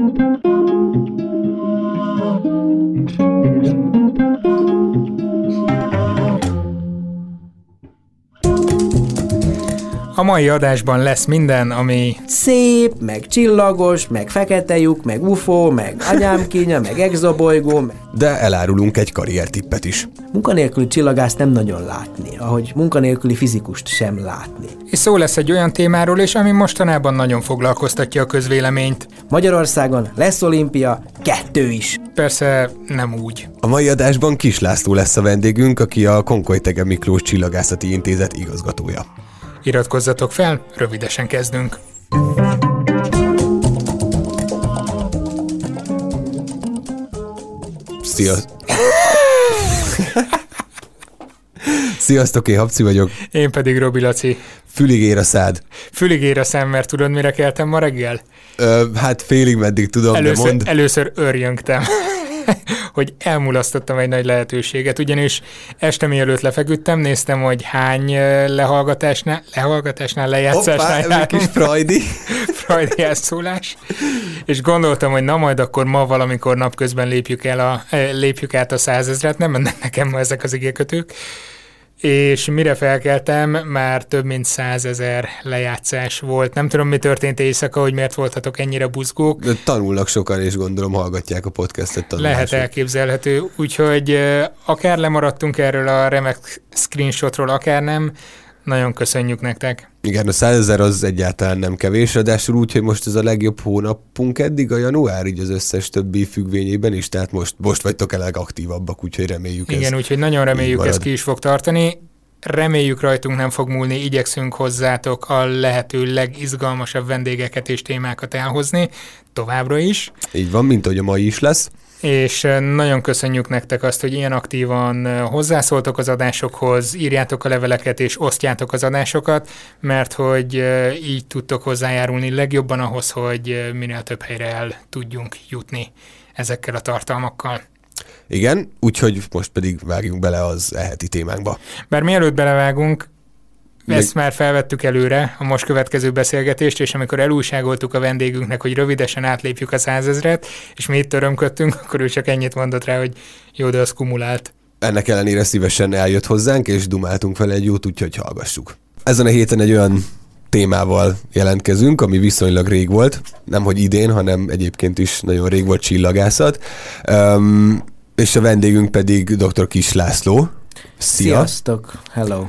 A mai adásban lesz minden, ami szép, meg csillagos, meg fekete lyuk, meg UFO, meg anyámkínya, meg exobolygó. De elárulunk egy karriertippet is. Munkanélküli csillagászt nem nagyon látni, ahogy munkanélküli fizikust sem látni. és szó lesz egy olyan témáról is, ami mostanában nagyon foglalkoztatja a közvéleményt. Magyarországon lesz olimpia, 2 is. Persze nem úgy. A mai adásban Kiss László lesz a vendégünk, aki a Konkoly-Thege Miklós Csillagászati Intézet igazgatója. Iratkozzatok fel, rövidesen kezdünk. Sziasztok, én Habci vagyok. Én pedig Robi Laci. Fülig ér a szád. Fülig ér a szem, mert tudod, mire keltem ma reggel? Hát félig meddig tudom, de mondd. Először örjöngtem, hogy elmulasztottam egy nagy lehetőséget, ugyanis este mielőtt lefeküdtem, néztem, hogy hány lejátszásnál Hoppá, kis freudi. Freudi elszólás, és gondoltam, hogy na majd akkor ma valamikor napközben lépjük át a 100 000-et, nem mennek nekem ma ezek az igékötők, és mire felkeltem, már több mint 100 000 lejátszás volt. Nem tudom, mi történt éjszaka, hogy miért voltatok ennyire buzgók. De tanulnak sokan, és gondolom hallgatják a podcastet tanulások. Lehet elképzelhető, úgyhogy akár lemaradtunk erről a remek screenshotról, akár nem, nagyon köszönjük nektek. Igen, a 100 000 az egyáltalán nem kevés, ráadásul úgy, hogy most ez a legjobb hónapunk eddig a január, így az összes többi függvényében is, tehát most vagytok a legaktívabbak, úgyhogy reméljük ez. Igen, úgyhogy nagyon reméljük, ez ki is fog tartani. Reméljük rajtunk nem fog múlni, igyekszünk hozzátok a lehető legizgalmasabb vendégeket és témákat elhozni, továbbra is. Így van, mint ahogy a mai is lesz. És nagyon köszönjük nektek azt, hogy ilyen aktívan hozzászóltok az adásokhoz, írjátok a leveleket és osztjátok az adásokat, mert hogy így tudtok hozzájárulni legjobban ahhoz, hogy minél több helyre el tudjunk jutni ezekkel a tartalmakkal. Igen, úgyhogy most pedig vágjunk bele az heti témánkba. Bár mielőtt belevágunk, ezt már felvettük előre, a most következő beszélgetést, és amikor elújságoltuk a vendégünknek, hogy rövidesen átlépjük a 100 000-et, és mi itt örömködtünk, akkor ő csak ennyit mondott rá, hogy jó, de az kumulált. Ennek ellenére szívesen eljött hozzánk, és dumáltunk vele egy jót, úgyhogy hallgassuk. Ezen a héten egy olyan témával jelentkezünk, ami viszonylag rég volt, nemhogy idén, hanem egyébként is nagyon rég volt csillagászat, és a vendégünk pedig dr. Kiss László. Szia! Sziasztok! Hello!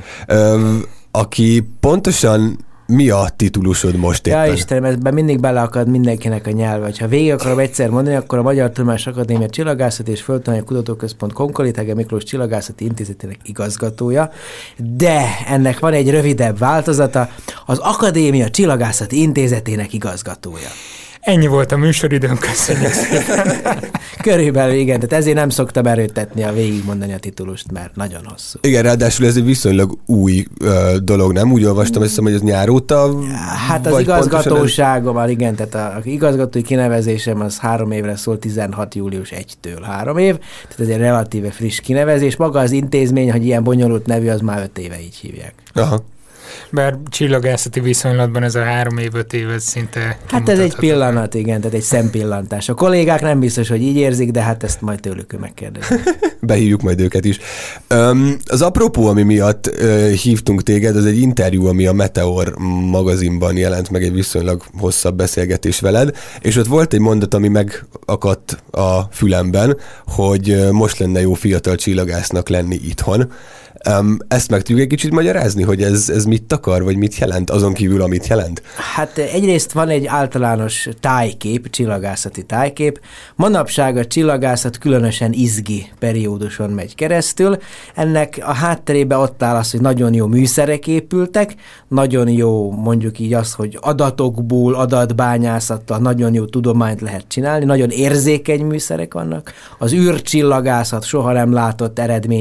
Aki pontosan mi a titulusod most éppen? Ja Istenem, ebben mindig beleakad mindenkinek a nyelve. Ha végig akarom egyszer mondani, akkor a Magyar Tudományos Akadémia Csillagászati és Földtudományi Kutatóközpont Konkoly-Thege Miklós Csillagászati Intézetének igazgatója, de ennek van egy rövidebb változata, az Akadémia Csillagászati Intézetének igazgatója. Ennyi volt a műsoridőm, köszönjük szépen. Körülbelül igen, tehát ezért nem szoktam erőltetni a végigmondani a titulust, mert nagyon hosszú. Igen, ráadásul ez egy viszonylag új dolog, nem? Úgy olvastam, hogy az nyár óta? Hát az igazgatóságom, igen, tehát az igazgatói kinevezésem az 3 évre szól, 16. július 1-től 3 év, tehát ez egy relatíve friss kinevezés. Maga az intézmény, hogy ilyen bonyolult nevű, az már 5 éve így hívják. Aha. Bár csillagászati viszonylatban ez a 3 év, 5 év, ez szinte... Hát ez egy pillanat, igen, tehát egy szempillantás. A kollégák nem biztos, hogy így érzik, de hát ezt majd tőlük megkérdezik. Behívjuk majd őket is. Az apropó, ami miatt hívtunk téged, az egy interjú, ami a Meteor magazinban jelent meg, egy viszonylag hosszabb beszélgetés veled, és ott volt egy mondat, ami megakadt a fülemben, hogy most lenne jó fiatal csillagásznak lenni itthon. Ezt meg tudjuk egy kicsit magyarázni, hogy ez mit akar, vagy mit jelent, azon kívül, amit jelent? Hát egyrészt van egy általános tájkép, csillagászati tájkép. Manapság a csillagászat különösen izgi perióduson megy keresztül. Ennek a hátterében ott áll az, hogy nagyon jó műszerek épültek, nagyon jó mondjuk így az, hogy adatokból, adatbányászattal nagyon jó tudományt lehet csinálni, nagyon érzékeny műszerek vannak. Az űrcsillagászat soha nem látott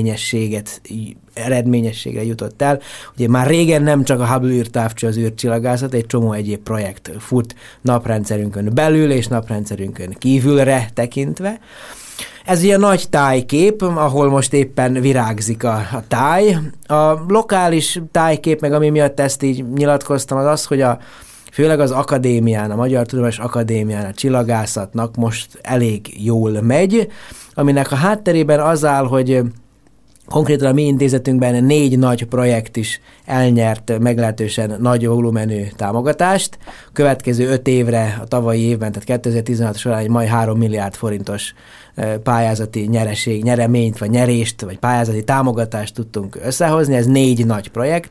eredményességre jutott el. Ugye már régen nem csak a Hubble űrtávcső az űrcsillagászat, egy csomó egyéb projekt fut naprendszerünkön belül és naprendszerünkön kívülre tekintve. Ez ugye a nagy tájkép, ahol most éppen virágzik a táj. A lokális tájkép, meg ami miatt ezt így nyilatkoztam, az az, hogy a főleg az akadémián, a Magyar Tudományos Akadémián, a csillagászatnak most elég jól megy, aminek a hátterében az áll, hogy konkrétan a mi intézetünkben 4 nagy projekt is elnyert meglehetősen nagy volumenű támogatást. Következő 5 évre, a tavalyi évben, tehát 2016 során egy majd 3 milliárd forintos pályázati nyereményt, vagy nyerést, vagy pályázati támogatást tudtunk összehozni. Ez 4 nagy projekt,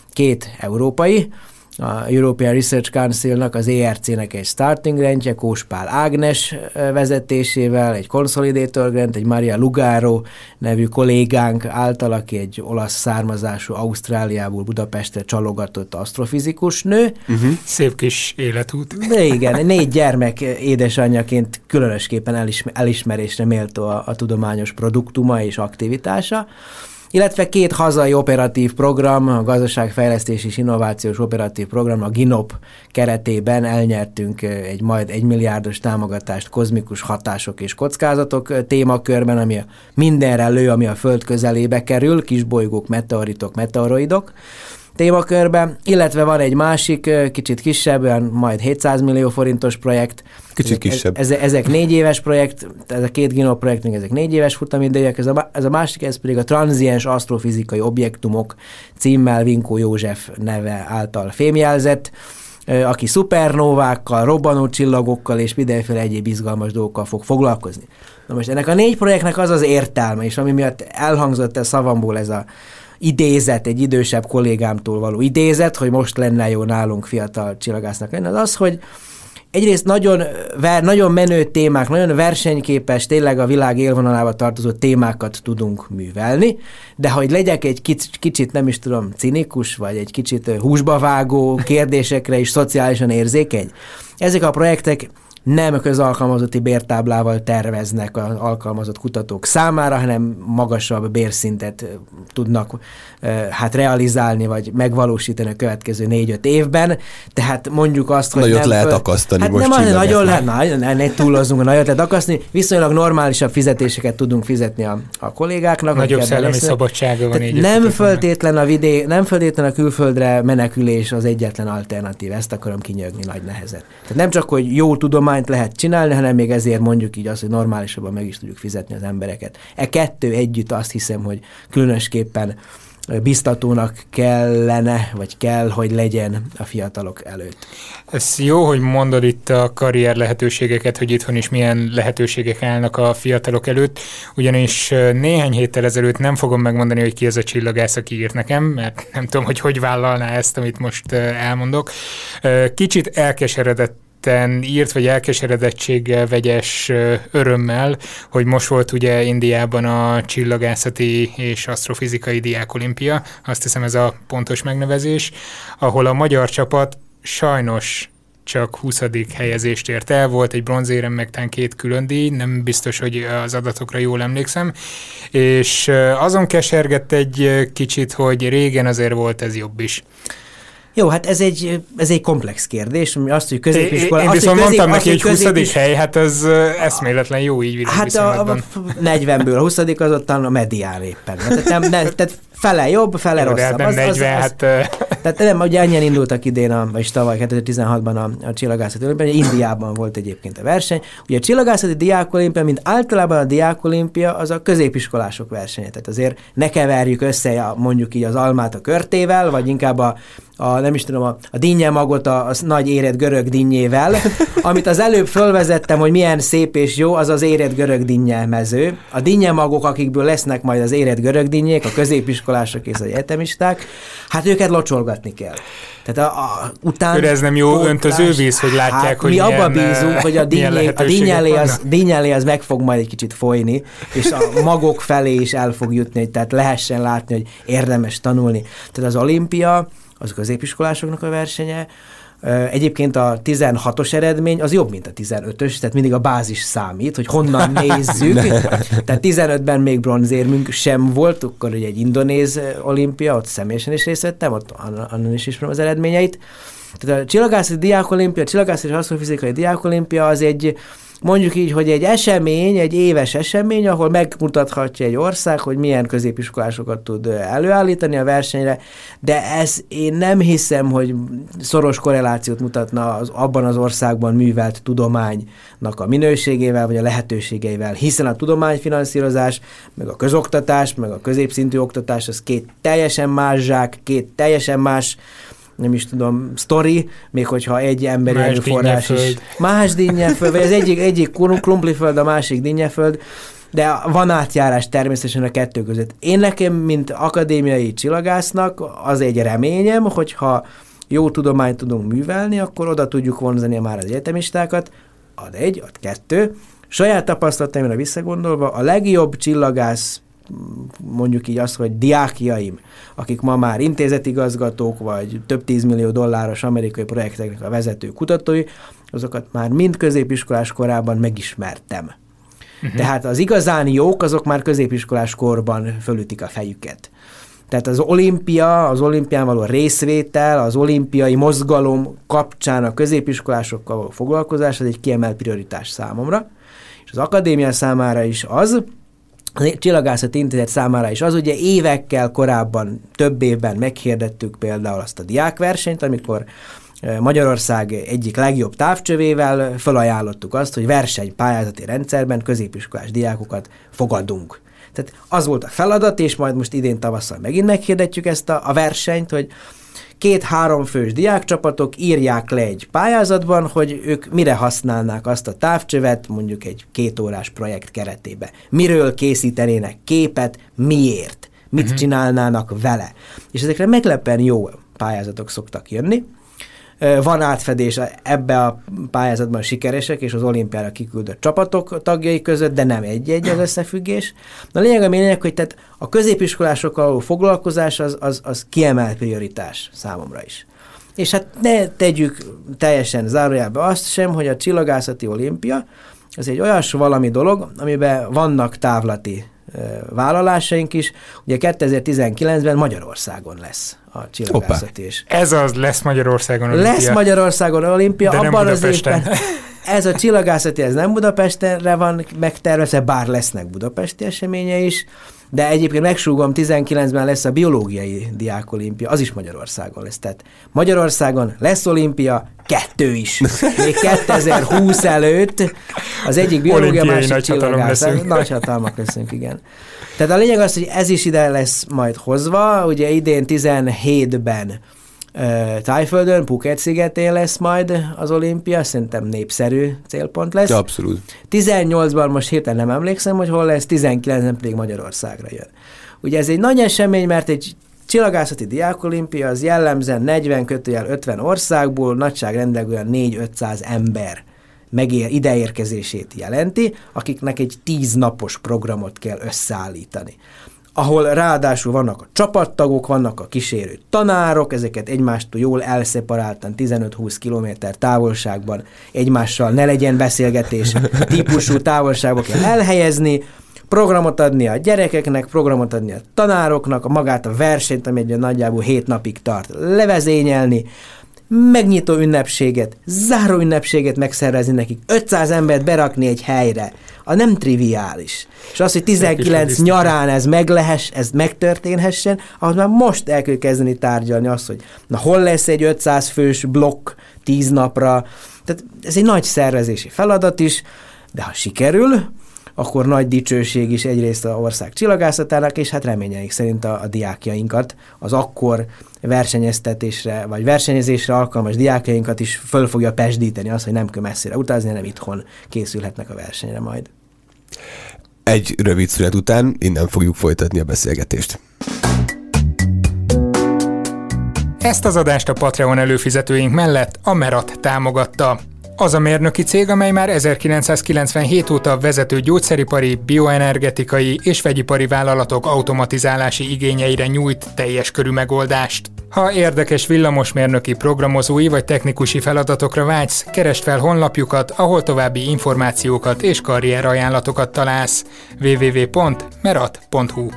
2 európai, a European Research Council-nak, az ERC-nek egy starting grantje, Kóspál Ágnes vezetésével, egy Consolidator grant, egy Maria Lugaro nevű kollégánk által, aki egy olasz származású, Ausztráliából Budapestre csalogatott asztrofizikus nő. Szép kis életút. De igen, 4 gyermek édesanyjaként különösképpen elismerésre méltó a tudományos produktuma és aktivitása. Illetve 2 hazai operatív program, a Gazdaságfejlesztési és Innovációs Operatív Program, a GINOP keretében elnyertünk egy majd 1 milliárdos támogatást kozmikus hatások és kockázatok témakörben, ami mindenre lő, ami a Föld közelébe kerül, kisbolygók, meteoritok, meteoroidok témakörben, illetve van egy másik, kicsit kisebb, olyan majd 700 millió forintos projekt. Kicsit kisebb. Ezek 4 éves projekt, ez a 2 GINOP projektünk, ezek 4 éves futamidejűek, ez a másik, ez pedig a tranziens asztrofizikai objektumok címmel Vinkó József neve által fémjelzett, aki szupernóvákkal, robbanó csillagokkal és mindenféle egyéb izgalmas dolgokkal fog foglalkozni. Na most ennek a 4 projektnek az az értelme, és ami miatt elhangzott a szavamból ez a idézet, egy idősebb kollégámtól való idézet, hogy most lenne jó nálunk fiatal csillagásznak lenni, az az, hogy egyrészt nagyon menő témák, nagyon versenyképes, tényleg a világ élvonalába tartozó témákat tudunk művelni, de hogy legyek egy kicsit, nem is tudom, cinikus, vagy egy kicsit húsba vágó kérdésekre is szociálisan érzékeny. Ezek a projektek nem közalkalmazotti bértáblával terveznek az alkalmazott kutatók számára, hanem magasabb bérszintet tudnak realizálni, vagy megvalósítani a következő 4-5 évben. Tehát mondjuk azt, hogy nagyot lehet akasztani most. Nem, nagyon lehet, ne túlozzunk, nagyot lehet akasztani. Viszonylag normálisabb fizetéseket tudunk fizetni a kollégáknak. Nagyobb szellemi szabadsága van így. Nem feltétlen a külföldre menekülés az egyetlen alternatív. Ezt akarom kinyögni nagy nehezen. Tehát nem csak, hogy jó tudományt lehet csinálni, hanem még ezért mondjuk így azt, hogy normálisabban meg is tudjuk fizetni az embereket. 2 együtt azt hiszem, hogy különösképpen biztatónak kellene, vagy kell, hogy legyen a fiatalok előtt. Ez jó, hogy mondod itt a karrier lehetőségeket, hogy itthon is milyen lehetőségek állnak a fiatalok előtt, ugyanis néhány héttel ezelőtt nem fogom megmondani, hogy ki ez a csillagász, aki írt nekem, mert nem tudom, hogy vállalná ezt, amit most elmondok. Kicsit elkeseredett írt, vagy elkeseredettséggel, vegyes örömmel, hogy most volt ugye Indiában a csillagászati és asztrofizikai diákolimpia, azt hiszem ez a pontos megnevezés, ahol a magyar csapat sajnos csak 20. helyezést ért el, volt egy bronzérem, meg talán 2 külön díj, nem biztos, hogy az adatokra jól emlékszem, és azon kesergett egy kicsit, hogy régen azért volt ez jobb is. Jó, hát ez egy komplex kérdés, azt, hogy középiskola... Én viszont mondtam neki, hogy 20. hely, hát ez eszméletlen jó így világviszonylatban. Hát a 40-ből 20. az ottan a medián éppen. Tehát fele jobb, fele rosszabb. Nem 40, Tehát nem, ugye ennyien indultak idén, vagyis tavaly 2016-ban a csillagászati olimpia, Indiában volt egyébként a verseny. Ugye a csillagászati diákolimpia, mint általában a diákolimpia, az a középiskolások versenye. Tehát azért ne keverjük össze mondjuk így az almát a körtével, vagy inkább nem is tudom, a dinnyemagot a nagy érett görög dinnyével, amit az előbb fölvezettem, hogy milyen szép és jó, az az érett görög dinnye mező. A dinnyemagok, akikből lesznek majd az érett görög dinnyék, a középiskolások és az egyetemisták, hát őket locsolgatni kell. Tehát után... Ez nem jó öntözővíz, hogy látják, hogy mi abban bízunk, hogy a dinnyelé az meg fog majd egy kicsit folyni, és a magok felé is el fog jutni, tehát lehessen látni, hogy érdemes tanulni. Tehát az olimpia, az a középiskolásoknak a versenye. Egyébként a 16-os eredmény az jobb, mint a 15-ös, tehát mindig a bázis számít, hogy honnan nézzük. Tehát 15-ben még bronzérmünk sem volt, akkor ugye egy indonéz olimpia, ott személyesen is részt vettem, ott annan is ismerem az eredményeit. Tehát a csillagászati diákolimpia, a csillagászati és asztrofizikai diákolimpia az egy mondjuk így, hogy egy esemény, egy éves esemény, ahol megmutathatja egy ország, hogy milyen középiskolásokat tud előállítani a versenyre, de ez én nem hiszem, hogy szoros korrelációt mutatna abban az országban művelt tudománynak a minőségével, vagy a lehetőségeivel, hiszen a tudományfinanszírozás, meg a közoktatás, meg a középszintű oktatás, az két teljesen más zsák, két teljesen más, nem is tudom, sztori, még hogyha egy emberi erőforrás is. Más dinnyeföld, vagy az egyik krumpliföld, a másik dinnyeföld, de van átjárás természetesen a kettő között. Én nekem, mint akadémiai csillagásznak, az egy reményem, hogyha jó tudományt tudunk művelni, akkor oda tudjuk vonzani már az egyetemistákat, ad egy, ad kettő. Saját tapasztalataimra visszagondolva, a legjobb csillagász, mondjuk így azt, hogy diákjaim, akik ma már intézetigazgatók, vagy több 10 millió dolláros amerikai projekteknek a vezető kutatói, azokat már mind középiskolás korában megismertem. Tehát az igazán jók, azok már középiskolás korban fölütik a fejüket. Tehát az olimpián való részvétel, az olimpiai mozgalom kapcsán a középiskolásokkal való foglalkozás, az egy kiemelt prioritás számomra, és az akadémia számára is az, a Csillagászati Intézet számára is az, ugye évekkel korábban, több évben meghirdettük például azt a diákversenyt, amikor Magyarország egyik legjobb távcsövével felajánlottuk azt, hogy versenypályázati rendszerben középiskolás diákokat fogadunk. Tehát az volt a feladat, és majd most idén tavasszal megint meghirdetjük ezt a versenyt, hogy 2-3 fős diákcsapatok írják le egy pályázatban, hogy ők mire használnák azt a távcsövet, mondjuk egy 2 órás projekt keretébe. Miről készítenének képet, miért, mit csinálnának vele. És ezekre meglepően jó pályázatok szoktak jönni. Van átfedés ebbe a pályázatban sikeresek és az olimpiára kiküldött csapatok tagjai között, de nem egy-egy az összefüggés. A lényeg, hogy tehát a középiskolásokkal való foglalkozás az kiemelt prioritás számomra is. És hát ne tegyük teljesen zárójelbe azt sem, hogy a Csillagászati Olimpia az egy olyas valami dolog, amiben vannak távlati vállalásaink is. Ugye 2019-ben Magyarországon lesz a csillagászati. És ez az, lesz Magyarországon olimpia. Lesz Magyarországon olimpia, de abban az évben. Ez a csillagászati, ez nem Budapestenre van megtervezve, bár lesznek budapesti eseménye is, de egyébként megsúgom, 19-ben lesz a biológiai diákolimpia, az is Magyarországon lesz. Tehát Magyarországon lesz olimpia, 2 is. Még 2020 előtt az egyik biológia, másik csillagászat. Nagy hatalmak leszünk, igen. Tehát a lényeg az, hogy ez is ide lesz majd hozva, ugye idén 17-ben Tájföldön, Phuket szigetén lesz majd az olimpia, szerintem népszerű célpont lesz. Abszolút. 18-ban most hirtelen nem emlékszem, hogy hol lesz, 19-ben pedig Magyarországra jön. Ugye ez egy nagy esemény, mert egy csillagászati diákolimpia az jellemzően 40-50 országból nagyságrendileg olyan 400-500 ember ideérkezését jelenti, akiknek egy 10 napos programot kell összeállítani, ahol ráadásul vannak a csapattagok, vannak a kísérő tanárok, ezeket egymástól jól elszeparáltan 15-20 kilométer távolságban egymással ne legyen beszélgetés típusú távolságba kell elhelyezni, programot adni a gyerekeknek, programot adni a tanároknak, magát a versenyt, ami egy nagyjából 7 napig tart, levezényelni, megnyitó ünnepséget, záró ünnepséget megszervezni nekik, 500 embert berakni egy helyre, a nem triviális. És az, hogy 19 nyarán ez megtörténhessen, ahhoz már most el kell kezdeni tárgyalni azt, hogy na hol lesz egy 500 fős blokk 10 napra. Tehát ez egy nagy szervezési feladat is, de ha sikerül, akkor nagy dicsőség is egyrészt az ország csillagászatának, és hát reményeik szerint a diákjainkat, az akkor versenyeztetésre, vagy versenyezésre alkalmas diákjainkat is föl fogja pesdíteni az, hogy nem kell messzire utazni, hanem itthon készülhetnek a versenyre majd. Egy rövid szünet után innen fogjuk folytatni a beszélgetést. Ezt az adást a Patreon előfizetőink mellett a Merat támogatta. Az a mérnöki cég, amely már 1997 óta vezető gyógyszeripari, bioenergetikai és vegyipari vállalatok automatizálási igényeire nyújt teljes körű megoldást. Ha érdekes villamosmérnöki programozói vagy technikusi feladatokra vágysz, keresd fel honlapjukat, ahol további információkat és karrierajánlatokat találsz. www.merat.hu.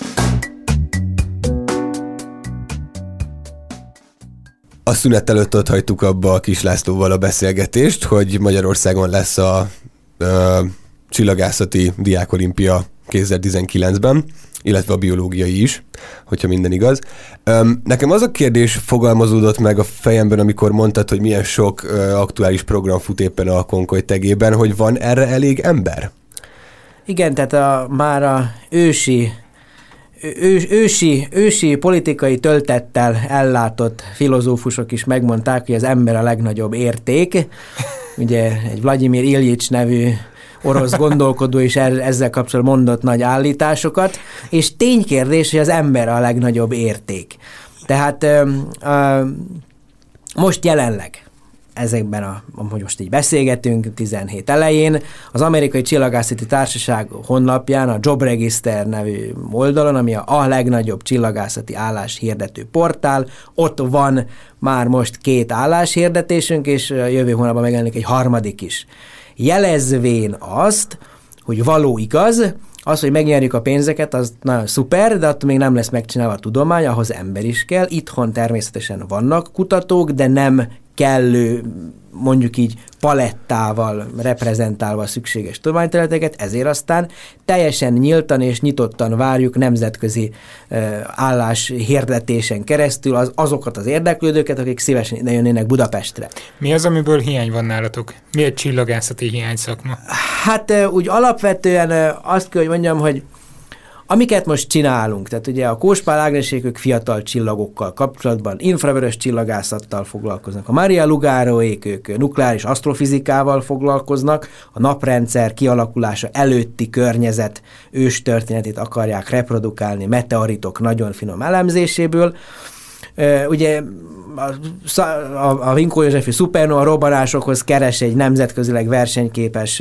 A szünet előtt ott hagytuk abba a Kis Lászlóval a beszélgetést, hogy Magyarországon lesz a csillagászati diákolimpia 2019-ben, illetve a biológiai is, hogyha minden igaz. Nekem az a kérdés fogalmazódott meg a fejemben, amikor mondtad, hogy milyen sok aktuális program fut éppen a Konkoly tegében, hogy van erre elég ember? Igen, tehát már a ősi politikai töltettel ellátott filozófusok is megmondták, hogy az ember a legnagyobb érték. Ugye egy Vladimir Iljics nevű orosz gondolkodó is ezzel kapcsolatban mondott nagy állításokat, és ténykérdés, hogy az ember a legnagyobb érték. Tehát most jelenleg ezekben, ahogy most így beszélgetünk, 17 elején, az Amerikai Csillagászati Társaság honlapján, a Job Register nevű oldalon, ami a legnagyobb csillagászati álláshirdető portál, ott van már most 2 álláshirdetésünk, és jövő hónapban megjelenik egy harmadik is. Jelezvén azt, hogy való igaz, az, hogy megnyerjük a pénzeket, az nagyon szuper, de attól még nem lesz megcsinálva a tudomány, ahhoz ember is kell. Itthon természetesen vannak kutatók, de nem kellő, mondjuk így palettával reprezentálva a szükséges tudományterületeket, ezért aztán teljesen nyíltan és nyitottan várjuk nemzetközi álláshirdetésen keresztül azokat az érdeklődőket, akik szívesen ide jönnének Budapestre. Mi az, amiből hiány van nálatok? Mi egy csillagászati hiány szakma? Hát úgy alapvetően azt kell, hogy mondjam, hogy amiket most csinálunk, tehát ugye a Kóspál Ágnesék, ők fiatal csillagokkal kapcsolatban infravörös csillagászattal foglalkoznak, a Maria Lugároék, ők nukleáris asztrofizikával foglalkoznak, a naprendszer kialakulása előtti környezet őstörténetét akarják reprodukálni meteoritok nagyon finom elemzéséből. Ugye a Vinkó Józsefi szupernova robbanásokhoz keres egy nemzetközileg versenyképes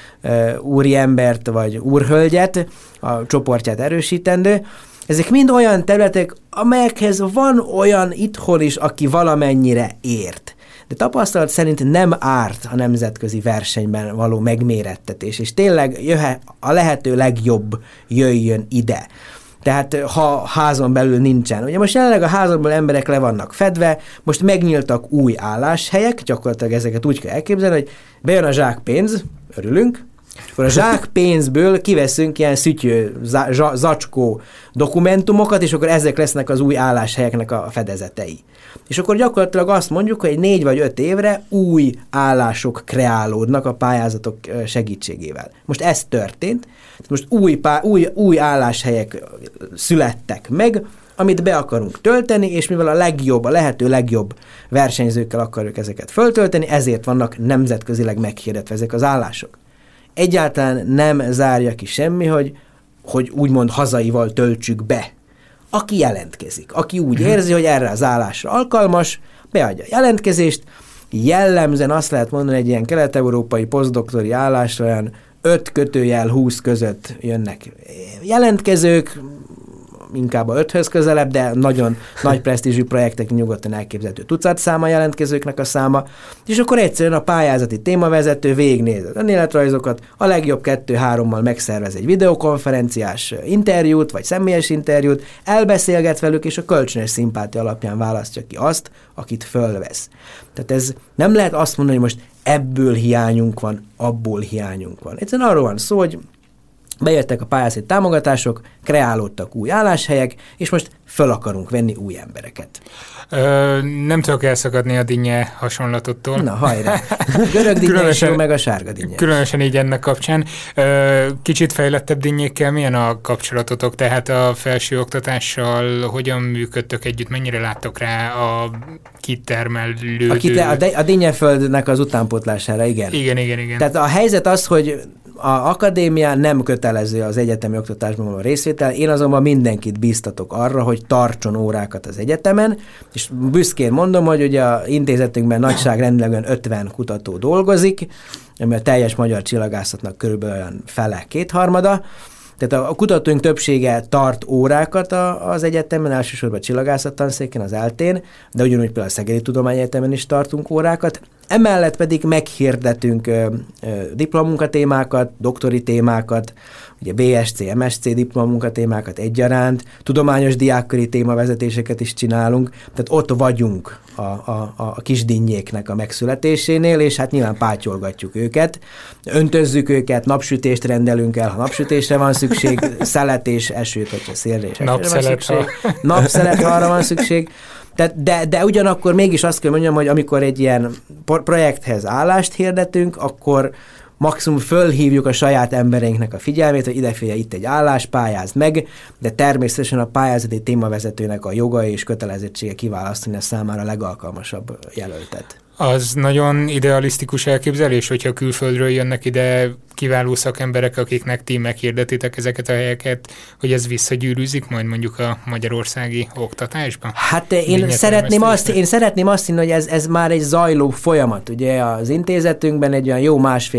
úriembert vagy úrhölgyet, a csoportját erősítendő. Ezek mind olyan területek, amelyekhez van olyan itthon is, aki valamennyire ért. De tapasztalat szerint nem árt a nemzetközi versenyben való megmérettetés, és tényleg a lehető legjobb jöjjön ide. Tehát ha házon belül nincsen. Ugye most jelenleg a házonból emberek le vannak fedve, most megnyíltak új álláshelyek, gyakorlatilag ezeket úgy kell elképzelni, hogy bejön a zsákpénz, örülünk, és akkor a zsákpénzből kiveszünk ilyen szütyő, zacskó dokumentumokat, és akkor ezek lesznek az új álláshelyeknek a fedezetei. És akkor gyakorlatilag azt mondjuk, hogy 4 vagy 5 évre új állások kreálódnak a pályázatok segítségével. Most ez történt, most új álláshelyek születtek meg, amit be akarunk tölteni, és mivel a lehető legjobb versenyzőkkel akarjuk ezeket föltölteni, ezért vannak nemzetközileg meghirdetve ezek az állások. Egyáltalán nem zárja ki semmi, hogy úgymond hazaival töltsük be. Aki jelentkezik, aki úgy érzi, hogy erre az állásra alkalmas, beadja a jelentkezést, jellemzően azt lehet mondani, egy ilyen kelet-európai posztdoktori állásra olyan 5-20 között jönnek jelentkezők, inkább a 5-höz közelebb, de nagyon nagy presztízsű projektek nyugodtan elképzelhető tucat száma jelentkezőknek a száma, és akkor egyszerűen a pályázati témavezető végignéz az önéletrajzokat, a legjobb 2-3-mal megszervez egy videokonferenciás interjút, vagy személyes interjút, elbeszélget velük, és a kölcsönös szimpátia alapján választja ki azt, akit fölvesz. Tehát ez nem lehet azt mondani, hogy most ebből hiányunk van, abból hiányunk van. Egyszerűen arról van szó, hogy bejöttek a pályázati támogatások, kreálódtak új álláshelyek, és most föl akarunk venni új embereket. Nem tudok elszakadni a dinnye hasonlatottól. Na, hajrá! Görög dinnye is jó, meg a sárga dinnye. Különösen így ennek kapcsán. Kicsit fejlettebb dinnyékkel milyen a kapcsolatotok? Tehát a felsőoktatással hogyan működtök együtt? Mennyire láttok rá a kitermelődő... A dinnyeföldnek az utánpótlására, igen. Igen. Tehát a helyzet az, hogy a akadémia nem kötelező az egyetemi oktatásban való részvétel, én azonban mindenkit bíztatok arra, hogy tartson órákat az egyetemen, és büszkén mondom, hogy ugye a intézetünkben nagyságrendileg 50 kutató dolgozik, ami a teljes magyar csillagászatnak körülbelül olyan fele, 2/3. Tehát a kutatóink többsége tart órákat az egyetemen, elsősorban a csillagászattanszéken, az ELTÉn, de ugyanúgy például a Szegedi Tudományegyetemen is tartunk órákat, Emellett pedig meghirdetünk diplomunkatémákat, doktori témákat, ugye BSc, MSc diplomunkatémákat egyaránt, tudományos diákköri témavezetéseket is csinálunk, tehát ott vagyunk a kisdinnyéknek a megszületésénél, és hát nyilván pátyolgatjuk őket, öntözzük őket, napsütést rendelünk el, ha napsütésre van szükség, szelet és esőt, hogyha szélre és esőre van szükség, napszelet, ha arra van szükség. De ugyanakkor mégis azt kell mondjam, hogy amikor egy ilyen projekthez állást hirdetünk, akkor maximum fölhívjuk a saját embereinknek a figyelmét, hogy idefigyelj, itt egy állás, pályázd meg, de természetesen a pályázati témavezetőnek a joga és kötelezettsége kiválasztani a számára a legalkalmasabb jelöltet. Az nagyon idealisztikus elképzelés, hogyha külföldről jönnek ide kiváló szakemberek, akiknek ti meghirdetitek ezeket a helyeket, hogy ez visszagyűrűzik majd mondjuk a magyarországi oktatásban? Hát én szeretném azt hinni, hogy ez már egy zajló folyamat. Ugye az intézetünkben egy olyan jó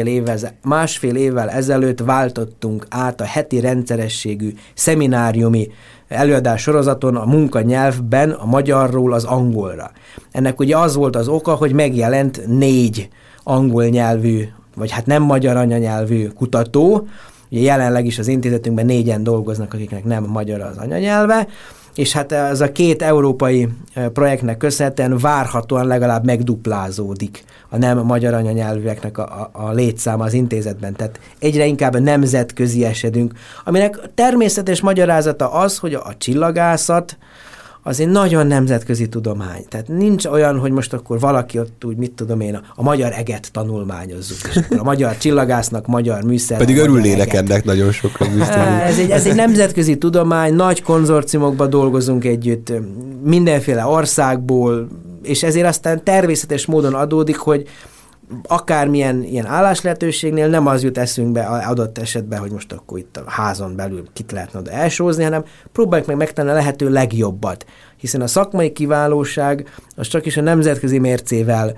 másfél évvel ezelőtt váltottunk át a heti rendszerességű szemináriumi előadás sorozaton a munkanyelvben a magyarról az angolra. Ennek ugye az volt az oka, hogy megjelent 4 angol nyelvű, vagy hát nem magyar anyanyelvű kutató, ugye jelenleg is az intézetünkben 4-en dolgoznak, akiknek nem magyar az anyanyelve, és hát ez a 2 európai projektnek köszönhetően várhatóan legalább megduplázódik a nem magyar anyanyelvűeknek a létszáma az intézetben. Tehát egyre inkább nemzetközi esedünk, aminek természetes magyarázata az, hogy a csillagászat az egy nagyon nemzetközi tudomány. Tehát nincs olyan, hogy most akkor valaki ott úgy, mit tudom én, a magyar eget tanulmányozzuk, és akkor a magyar csillagásznak magyar műszer. Pedig örülnének ennek nagyon sokan. Ez egy nemzetközi tudomány, nagy konzorciumokban dolgozunk együtt, mindenféle országból, és ezért aztán természetes módon adódik, hogy akármilyen ilyen álláslehetőségnél nem az jut eszünkbe adott esetben, hogy most akkor itt a házon belül kit lehetne oda elsózni, hanem próbáljuk meg megtenni a lehető legjobbat. Hiszen a szakmai kiválóság az csak is a nemzetközi mércével,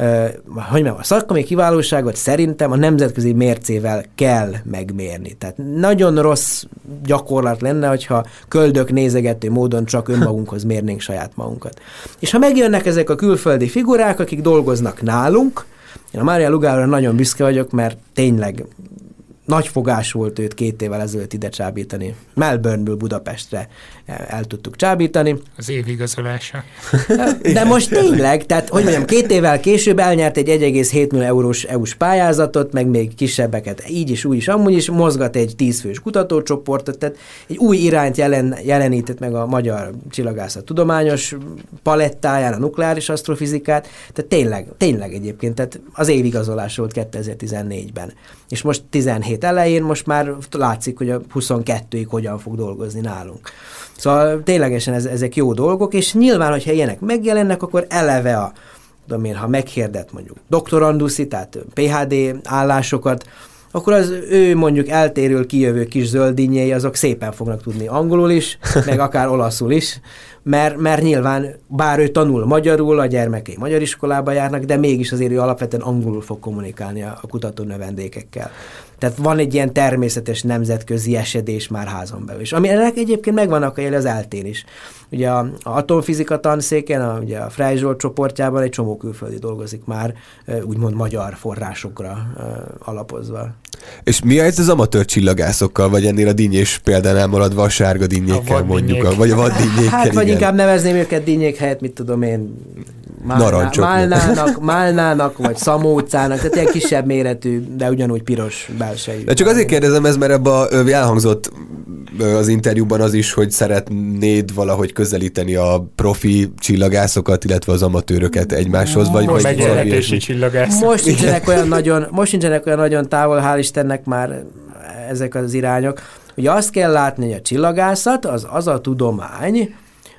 a szakmai kiválóságot szerintem a nemzetközi mércével kell megmérni. Tehát nagyon rossz gyakorlat lenne, hogyha köldök nézegető módon csak önmagunkhoz mérnénk saját magunkat. És ha megjönnek ezek a külföldi figurák, akik dolgoznak nálunk, én a Mária Lugára nagyon büszke vagyok, mert tényleg nagy fogás volt őt 2 évvel ezelőtt ide csábítani. Melbourneből Budapestre el tudtuk csábítani. Az évigazolása. De most tényleg, tehát hogy mondjam, 2 évvel később elnyert egy 1,7 millió eurós EU-s pályázatot, meg még kisebbeket így is, úgy is, amúgy is, mozgat egy 10 fős kutatócsoportot, tehát egy új irányt jelenített meg a magyar csillagászat tudományos palettáján, a nukleáris asztrofizikát, tehát tényleg egyébként, tehát az évigazolása volt 2014-ben. És most 17 elején most már látszik, hogy a 22-ig hogyan fog dolgozni nálunk. Szóval ténylegesen ezek jó dolgok, és nyilván, hogyha ilyenek megjelennek, akkor eleve ha meghirdet mondjuk doktoranduszi, tehát PhD állásokat, akkor az ő mondjuk eltérül kijövő kis zöldinnyei, azok szépen fognak tudni angolul is, meg akár olaszul is, mert nyilván, bár ő tanul magyarul, a gyermekei magyar iskolába járnak, de mégis azért ő alapvetően angolul fog kommunikálni a kutató növendékekkel. Tehát van egy ilyen természetes nemzetközi esedés már házon belül. És aminek egyébként megvannak a jele az eltén is. Ugye a atomfizika tanszéken, ugye a Frey Zsolt csoportjában egy csomó külföldi dolgozik már, úgymond magyar forrásokra alapozva. És mi az amatőr csillagászokkal, vagy ennél a dinnyés példánál maradva a sárga dinnyékkel mondjuk, vagy a vaddinnyékkel? Hát, vagy inkább nevezném őket dinnyék helyett, mit tudom én, málnának, vagy szamócának, tehát ilyen kisebb méretű, de ugyanúgy piros belsejű. De csak azért kérdezem, ez mert ebben elhangzott az interjúban az is, hogy szeretnéd valahogy közelíteni a profi csillagászokat, illetve az amatőröket egymáshoz, vagy megélhetési csillagászok. Most nincsenek olyan nagyon távol, hál' Istennek már ezek az irányok. Ugye azt kell látni, hogy a csillagászat az a tudomány,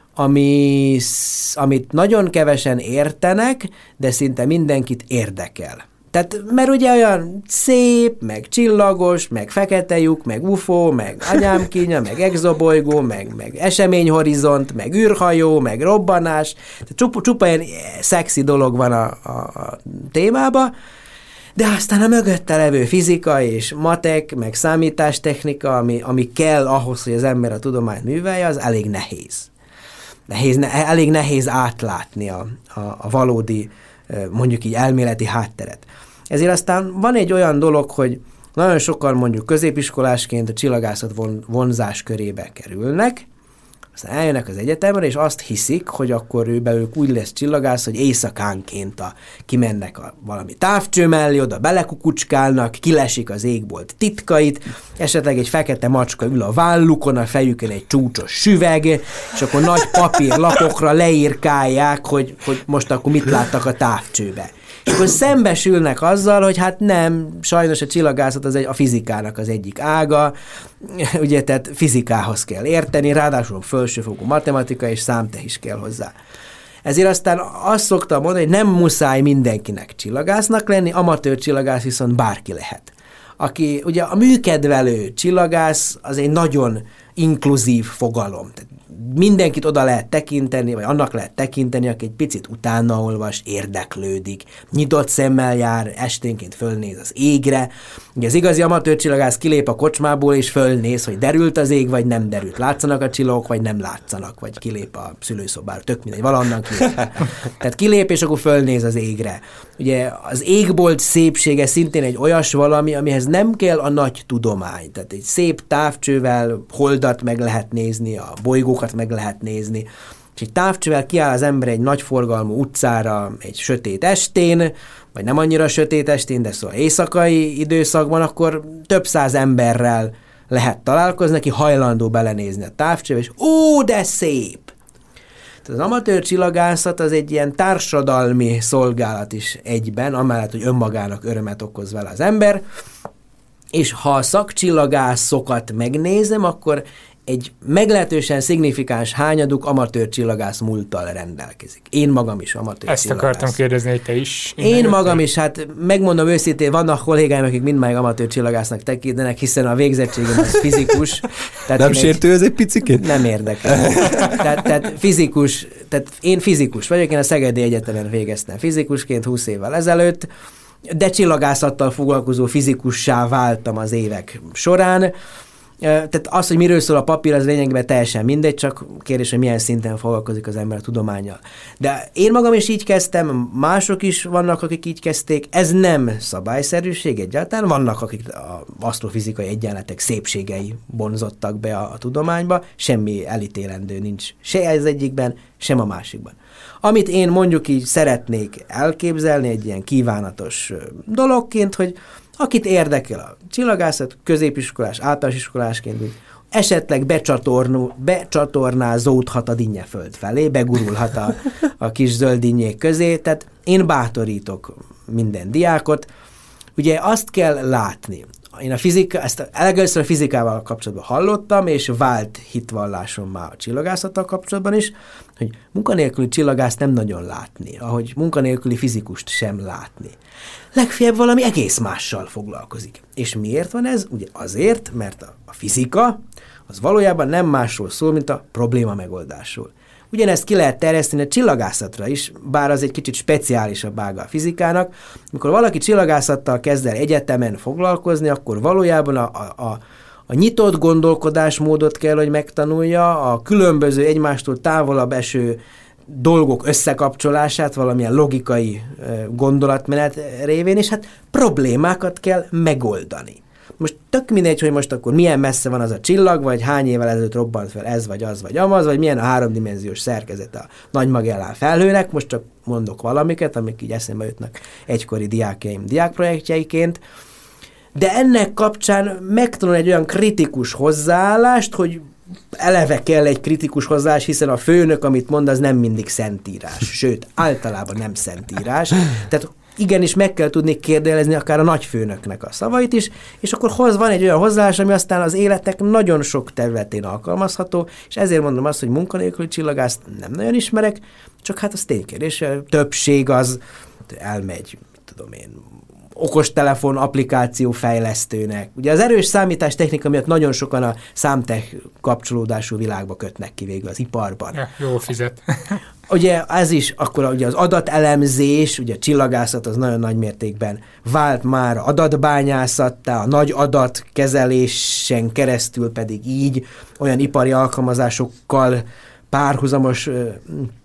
amit nagyon kevesen értenek, de szinte mindenkit érdekel. Tehát, mert ugye olyan szép, meg csillagos, meg fekete lyuk, meg UFO, meg anyámkínya, meg exobolygó, meg eseményhorizont, meg űrhajó, meg robbanás. Csupa ilyen szexi dolog van a témában, de aztán a mögötte levő fizika és matek, meg számítástechnika, ami kell ahhoz, hogy az ember a tudományt művelje, az elég nehéz. Elég nehéz átlátni a valódi mondjuk így elméleti hátteret. Ezért aztán van egy olyan dolog, hogy nagyon sokan mondjuk középiskolásként a csillagászat vonzás körébe kerülnek, aztán eljönnek az egyetemre, és azt hiszik, hogy akkor ő belőlük úgy lesz csillagász, hogy éjszakánként kimennek valami távcső mellé, oda belekukucskálnak, kilesik az égbolt titkait, esetleg egy fekete macska ül a vállukon, a fejükön egy csúcsos süveg, és akkor nagy papírlapokra leírkálják, hogy most akkor mit láttak a távcsőbe. És akkor szembesülnek azzal, hogy hát nem, sajnos a csillagászat a fizikának az egyik ága, ugye, tehát fizikához kell érteni, ráadásul felsőfokú matematika és számtech is kell hozzá. Ezért aztán azt szoktam mondani, hogy nem muszáj mindenkinek csillagásznak lenni, amatőr csillagász viszont bárki lehet. Aki, ugye a műkedvelő csillagász az egy nagyon inkluzív fogalom. Tehát mindenkit oda lehet tekinteni, vagy annak lehet tekinteni, aki egy picit utána olvas, érdeklődik, nyitott szemmel jár, esténként fölnéz az égre. Ugye az igazi amatőr csillagász kilép a kocsmából, és fölnéz, hogy derült az ég, vagy nem derült. Látszanak a csillagok, vagy nem látszanak, vagy kilép a szülőszobára, tök mindegy, valahonnan kilép. Tehát kilép, és akkor fölnéz az égre. Ugye az égbolt szépsége szintén egy olyas valami, amihez nem kell a nagy tudomány. Tehát egy szép távcsővel holdat meg lehet nézni, a bolygókat meg lehet nézni. És egy távcsővel kiáll az ember egy nagyforgalmú utcára egy sötét estén, vagy nem annyira sötét estén, de szóval éjszakai időszakban, akkor több száz emberrel lehet találkozni, aki hajlandó belenézni a távcsőbe, és de szép! Tehát az amatőr csillagászat az egy ilyen társadalmi szolgálat is egyben, amellett, hogy önmagának örömet okoz vele az ember, és ha a szakcsillagászokat megnézem, akkor egy meglehetősen szignifikáns hányaduk amatőr csillagász múlttal rendelkezik. Én magam is amatőr Ezt csillagász. akartam kérdezni, hogy te is. Én magam is, hát megmondom őszintén, vannak kollégáim, akik mindmáig amatőr csillagásznak tekintenek, hiszen a végzettségem az fizikus. Tehát nem sértő ez egy picikét? Nem érdekel. tehát fizikus, tehát én fizikus vagyok, én a Szegedi Egyetemen végeztem fizikusként 20 évvel ezelőtt, de csillagászattal foglalkozó fizikussá váltam az évek során. Tehát az, hogy miről szól a papír, az lényegében teljesen mindegy, csak kérdés, hogy milyen szinten foglalkozik az ember a tudománnyal. De én magam is így kezdtem, mások is vannak, akik így kezdték, ez nem szabályszerűség egyáltalán, vannak, akik az asztrofizikai egyenletek szépségei vonzottak be a tudományba, semmi elítélendő nincs se ez egyikben, sem a másikban. Amit én mondjuk így szeretnék elképzelni egy ilyen kívánatos dologként, hogy akit érdekel a csillagászat, középiskolás, általános iskolásként, esetleg becsatornázódhat a Dinnyeföld felé, begurulhat a kis zöld dinnyék közé, tehát én bátorítok minden diákot. Ugye azt kell látni, én ezt először a fizikával kapcsolatban hallottam, és vált hitvallásom már a csillagászattal kapcsolatban is, hogy munkanélküli csillagászt nem nagyon látni, ahogy munkanélküli fizikust sem látni. Legfeljebb valami egész mással foglalkozik. És miért van ez? Ugye azért, mert a fizika az valójában nem másról szól, mint a probléma megoldásról. Ugyanezt ki lehet terjeszteni a csillagászatra is, bár az egy kicsit speciálisabb ága a fizikának. Amikor valaki csillagászattal kezd el egyetemen foglalkozni, akkor valójában a nyitott gondolkodásmódot kell, hogy megtanulja, a különböző egymástól távolabb eső dolgok összekapcsolását, valamilyen logikai gondolatmenet révén, és hát problémákat kell megoldani. Most tök mindegy, hogy most akkor milyen messze van az a csillag, vagy hány évvel ezelőtt robbant fel ez, vagy az, vagy amaz, vagy milyen a háromdimenziós szerkezet a Nagy Magellán felhőnek, most csak mondok valamiket, amik így eszembe jutnak egykori diákjaim diákprojektjeiként, de ennek kapcsán megtanul egy olyan kritikus hozzáállást, hogy eleve kell egy kritikus hozzáállás, hiszen a főnök, amit mond, az nem mindig szentírás, sőt, általában nem szentírás, tehát igenis meg kell tudni kérdelezni akár a nagyfőnöknek a szavait is, és akkor van egy olyan hozzáállás, ami aztán az életek nagyon sok területén alkalmazható, és ezért mondom azt, hogy munkanélküli csillagászt nem nagyon ismerek, csak hát az ténykérdés, többség az elmegy, tudom én, okostelefon applikáció fejlesztőnek. Ugye az erős számítástechnika miatt nagyon sokan a számtech kapcsolódású világba kötnek ki végül az iparban. Ja, jó fizet. Ugye ez is, akkor ugye az adatelemzés, ugye a csillagászat az nagyon nagy mértékben vált már adatbányászattá, a nagy adatkezelésen keresztül pedig így olyan ipari alkalmazásokkal párhuzamos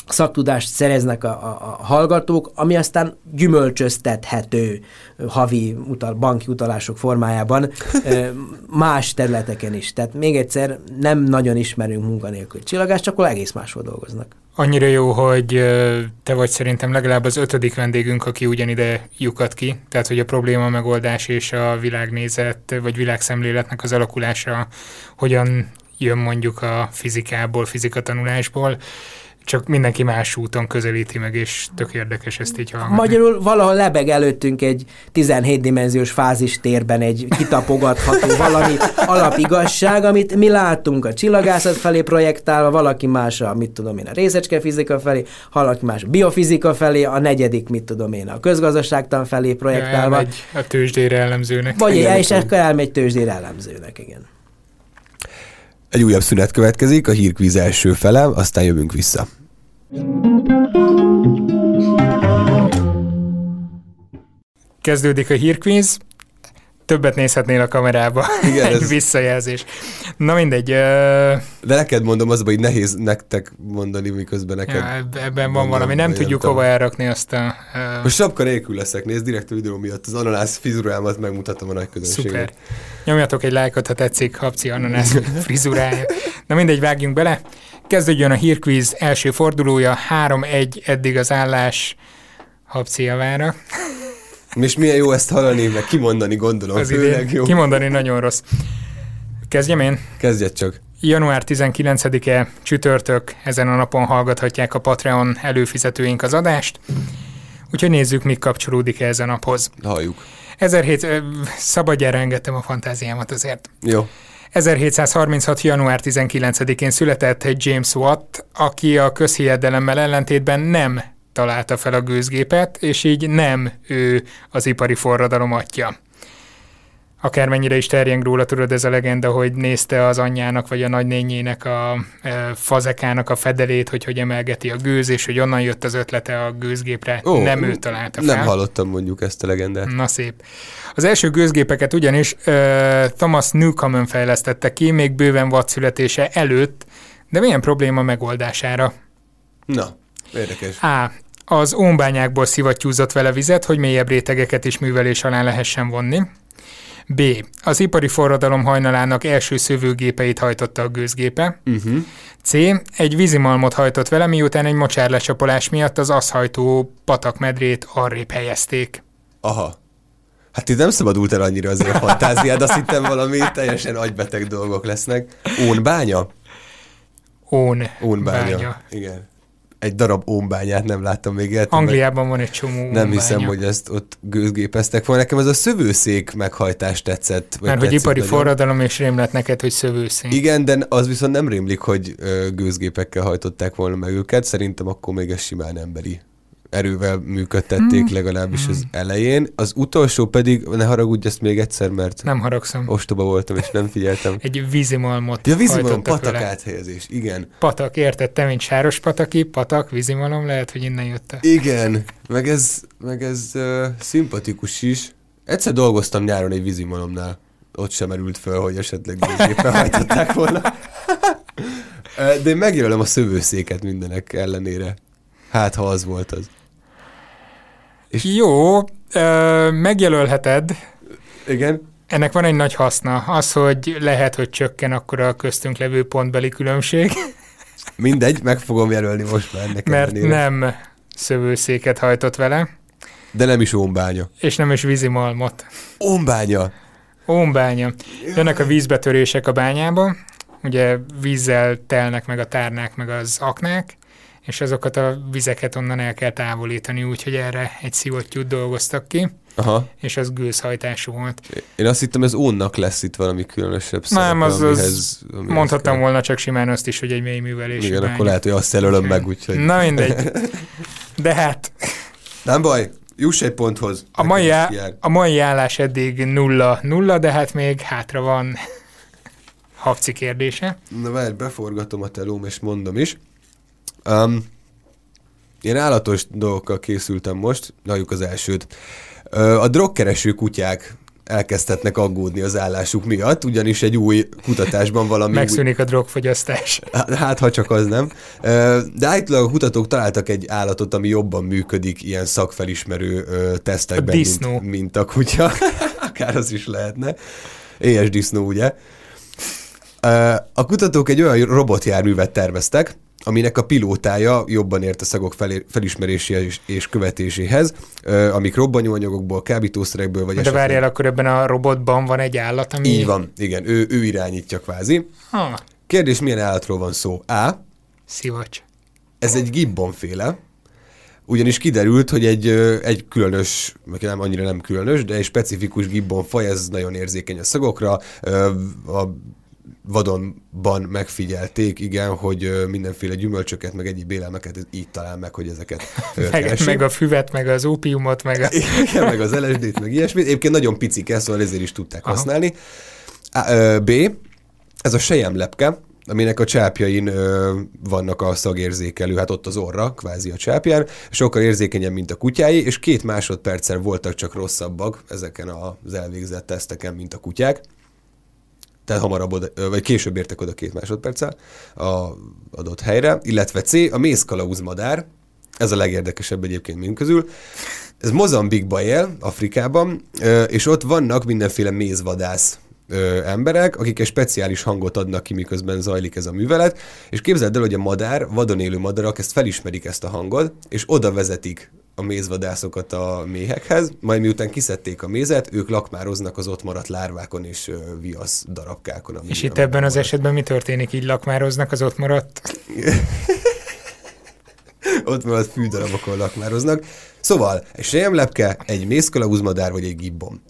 szaktudást szereznek a hallgatók, ami aztán gyümölcsöztethető havi banki utalások formájában más területeken is. Tehát még egyszer nem nagyon ismerünk munkanélküli csillagást, csak egész máshol dolgoznak. Annyira jó, hogy te vagy szerintem legalább az 5. vendégünk, aki ugyanide lyukat ki, tehát hogy a probléma megoldás és a világnézet vagy világszemléletnek az alakulása hogyan jön mondjuk a fizikából, fizikatanulásból, csak mindenki más úton közelíti meg, és tök érdekes ezt így hallgatni. Magyarul valahol lebeg előttünk egy 17-dimenziós fázistérben egy kitapogatható valami alapigasság, amit mi láttunk a csillagászat felé projektálva, valaki más a részecskefizika felé, valaki más a biofizika felé, a 4. a közgazdaságtan felé projektálva. Elmegy a tőzsdére elemzőnek. Vagy és akkor elmegy tőzsdére elemzőnek, igen. Egy újabb szünet következik, a hírkvíz első fele, aztán jövünk vissza. Kezdődik a hírkvíz. Többet nézhetnél a kamerába. Igen, egy visszajelzés. Na mindegy. De neked mondom, az hogy nehéz nektek mondani, miközben neked... Ja, ebben van valami. Nem tudjuk hova elrakni azt a... Most sapka nélkül leszek, nézd, direkt a videó miatt az ananász frizurámat megmutatom a nagy közönségnek. Szuper. Nyomjatok egy lájkot, ha tetszik Habci ananász frizurája. Na mindegy, vágjunk bele. Kezdődjön a hírkvíz első fordulója. 3-1 eddig az állás Habci javára. És milyen jó ezt hallani, meg kimondani, gondolom. Az főleg jó. Kimondani nagyon rossz. Kezdjem én? Kezdjed csak. Január 19-e csütörtök, ezen a napon hallgathatják a Patreon előfizetőink az adást, úgyhogy nézzük, mi kapcsolódik ez a naphoz. Halljuk. Szabadjára engedtem a fantáziámat azért. Jó. 1736. január 19-én született James Watt, aki a közhiedelemmel ellentétben nem találta fel a gőzgépet, és így nem ő az ipari forradalom atya. Akármennyire is terjeng róla, tudod, ez a legenda, hogy nézte az anyjának vagy a nagynényének a fazekának a fedelét, hogy emelgeti a gőz, és hogy onnan jött az ötlete a gőzgépre. Nem ő találta fel. Nem hallottam mondjuk ezt a legendát. Na szép. Az első gőzgépeket ugyanis Thomas Newcomen fejlesztette ki, még bőven Watt születése előtt, de milyen probléma megoldására? Na, érdekes. A. Az ómbányákból szivattyúzott vele vizet, hogy mélyebb rétegeket is művelés alá lehessen vonni. B. Az ipari forradalom hajnalának első szövőgépeit hajtotta a gőzgépe. C. Egy vízimalmot hajtott vele, miután egy mocsárlecsapolás miatt az aszhajtó patakmedrét arrébb helyezték. Aha. Hát itt nem szabadult el annyira azért a fantáziád, azt hittem valami teljesen agybeteg dolgok lesznek. Ónbánya? Ónbánya. Igen. Egy darab ómbányát nem láttam még életemben. Angliában van egy csomó ómbánya. Nem hiszem, hogy ezt ott gőzgépeztek volna. Nekem ez a szövőszék meghajtás tetszett. Mert hogy ipari forradalom, és rémlett neked, hogy szövőszék. Igen, de az viszont nem rémlik, hogy gőzgépekkel hajtották volna meg őket. Szerintem akkor még ez simán emberi erővel működtették legalábbis az elején. Az utolsó pedig, ne haragudj ezt még egyszer, mert nem haragszom. Ostoba voltam, és nem figyeltem. Egy vízimalmot. Ja, vízimalom, patak áthelyezés, igen. Patak, érted? Te, mint Sárospataki, patak, vízimalom, lehet, hogy innen jött. Igen, meg ez szimpatikus is. Egyszer dolgoztam nyáron egy vízimalomnál. Ott sem merült föl, hogy esetleg gőzgéppel hajtották volna. De én megjelölöm a szövőszéket mindenek ellenére. Hát, ha az volt az. És jó, megjelölheted. Igen. Ennek van egy nagy haszna. Az, hogy lehet, hogy csökken akkor a köztünk levő pontbeli különbség. Mindegy, meg fogom jelölni most már ennek mert ellenére. Nem szövőszéket hajtott vele. De nem is ómbánya. És nem is vízimalmot. Ómbánya. Jönnek a vízbetörések a bányába. Ugye vízzel telnek meg a tárnák, meg az aknák, és azokat a vizeket onnan el kell távolítani, úgyhogy erre egy szivattyút dolgoztak ki, aha. És az gőzhajtású volt. Én azt hittem, ez ónnak lesz itt valami különösebb szerepe, nem, amihez mondhattam volna csak simán azt is, hogy egy mély művelésű igen, bánya. akkor lehet, hogy azt jelölöm meg, úgyhogy... Na mindegy. De hát... Nem baj, juss egy ponthoz. A mai állás eddig 0-0, de hát még hátra van Habci kérdése. Na várj, beforgatom a telóm, és mondom is. Én állatos dolgokkal készültem most, halljuk az elsőt. A drogkereső kutyák elkezdhetnek aggódni az állásuk miatt, ugyanis egy új kutatásban valami... Megszűnik a drogfogyasztás. Hát, ha csak az nem. De állítólag a kutatók találtak egy állatot, ami jobban működik ilyen szakfelismerő tesztekben, mint a kutya. Akár az is lehetne. Éhes disznó, ugye? A kutatók egy olyan robotjárművet terveztek, aminek a pilótája jobban ért a szagok felismeréséhez és követéséhez, amik robbanóanyagokból, kábítószerekből vagy De várjál, akkor ebben a robotban van egy állat, ami... Így van, igen, ő irányítja kvázi. Kérdés, milyen állatról van szó? A. Szivacs. Ez egy gibbonféle, ugyanis kiderült, hogy egy különös, nem annyira nem különös, de egy specifikus gibbonfaj, ez nagyon érzékeny a szagokra, a vadonban megfigyelték, igen, hogy mindenféle gyümölcsöket, meg egyéb élelmeket így talál meg, hogy ezeket meg a füvet, meg az ópiumot, meg a... Igen, meg az LSD-t, meg ilyesmit. Egyébként nagyon picike, szóval ezért is tudták használni. B. Ez a selyemlepke, aminek a csápjain vannak a szagérzékelő, hát ott az orra, kvázi a csápján, sokkal érzékenyebb, mint a kutyái, és 2 másodperccel voltak csak rosszabbak ezeken az elvégzett teszteken, mint a kutyák. Tehát hamarabb vagy később értek oda 2 másodperccel az adott helyre, illetve C, a mézkalauzmadár, ez a legérdekesebb egyébként mind közül. Ez Mozambikban él, Afrikában, és ott vannak mindenféle mézvadász emberek, akik egy speciális hangot adnak ki, miközben zajlik ez a művelet, és képzeld el, hogy a vadon élő madarak ezt felismerik ezt a hangot, és oda vezetik a mézvadászokat a méhekhez, majd miután kiszedték a mézet, ők lakmároznak az ott maradt lárvákon és viasz darabkákon. És itt ebben az esetben mi történik? Így lakmároznak az ott maradt? Ott maradt fűdarabokon lakmároznak. Szóval egy selyemlepke, egy mézkalauzmadár vagy egy gibbon.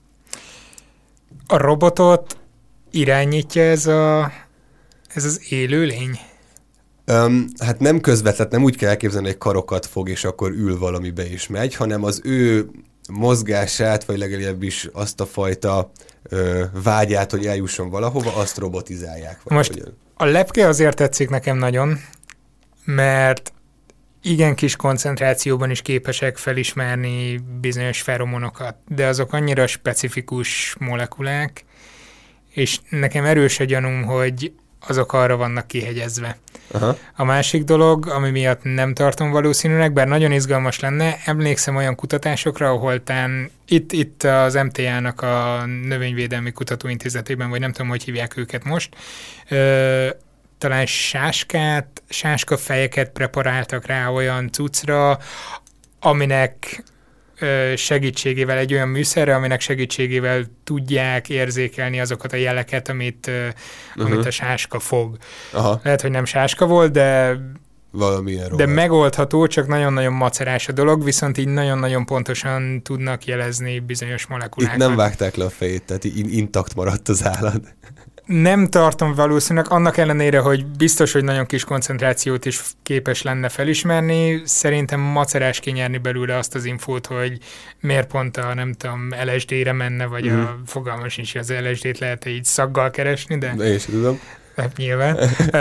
A robotot irányítja ez az élőlény? Hát nem közvetlen, nem úgy kell elképzelni, hogy karokat fog, és akkor ül valamibe és megy, hanem az ő mozgását, vagy legalábbis azt a fajta vágyát, hogy eljusson valahova, azt robotizálják. Most a lepke azért tetszik nekem nagyon, mert igen kis koncentrációban is képesek felismerni bizonyos feromonokat, de azok annyira specifikus molekulák, és nekem erős a gyanúm, hogy azok arra vannak kihegyezve. Aha. A másik dolog, ami miatt nem tartom valószínűleg, bár nagyon izgalmas lenne, emlékszem olyan kutatásokra, ahol itt az MTA-nak a Növényvédelmi Kutatóintézetében, vagy nem tudom, hogy hívják őket most, talán sáskafejeket preparáltak rá olyan cuccra, aminek segítségével, egy olyan műszerre, aminek segítségével tudják érzékelni azokat a jeleket, amit a sáska fog. Aha. Lehet, hogy nem sáska volt, de megoldható, csak nagyon-nagyon macerás a dolog, viszont így nagyon-nagyon pontosan tudnak jelezni bizonyos molekulákat. Itt nem vágták le a fejét, tehát intakt maradt az állat. Nem tartom valószínűleg, annak ellenére, hogy biztos, hogy nagyon kis koncentrációt is képes lenne felismerni, szerintem macerás kinyerni belőle azt az infót, hogy miért pont a, nem tudom, LSD-re menne, vagy a fogalmam sincs, az LSD-t lehet így szaggal keresni, de... Én is tudom. Hát nyilván.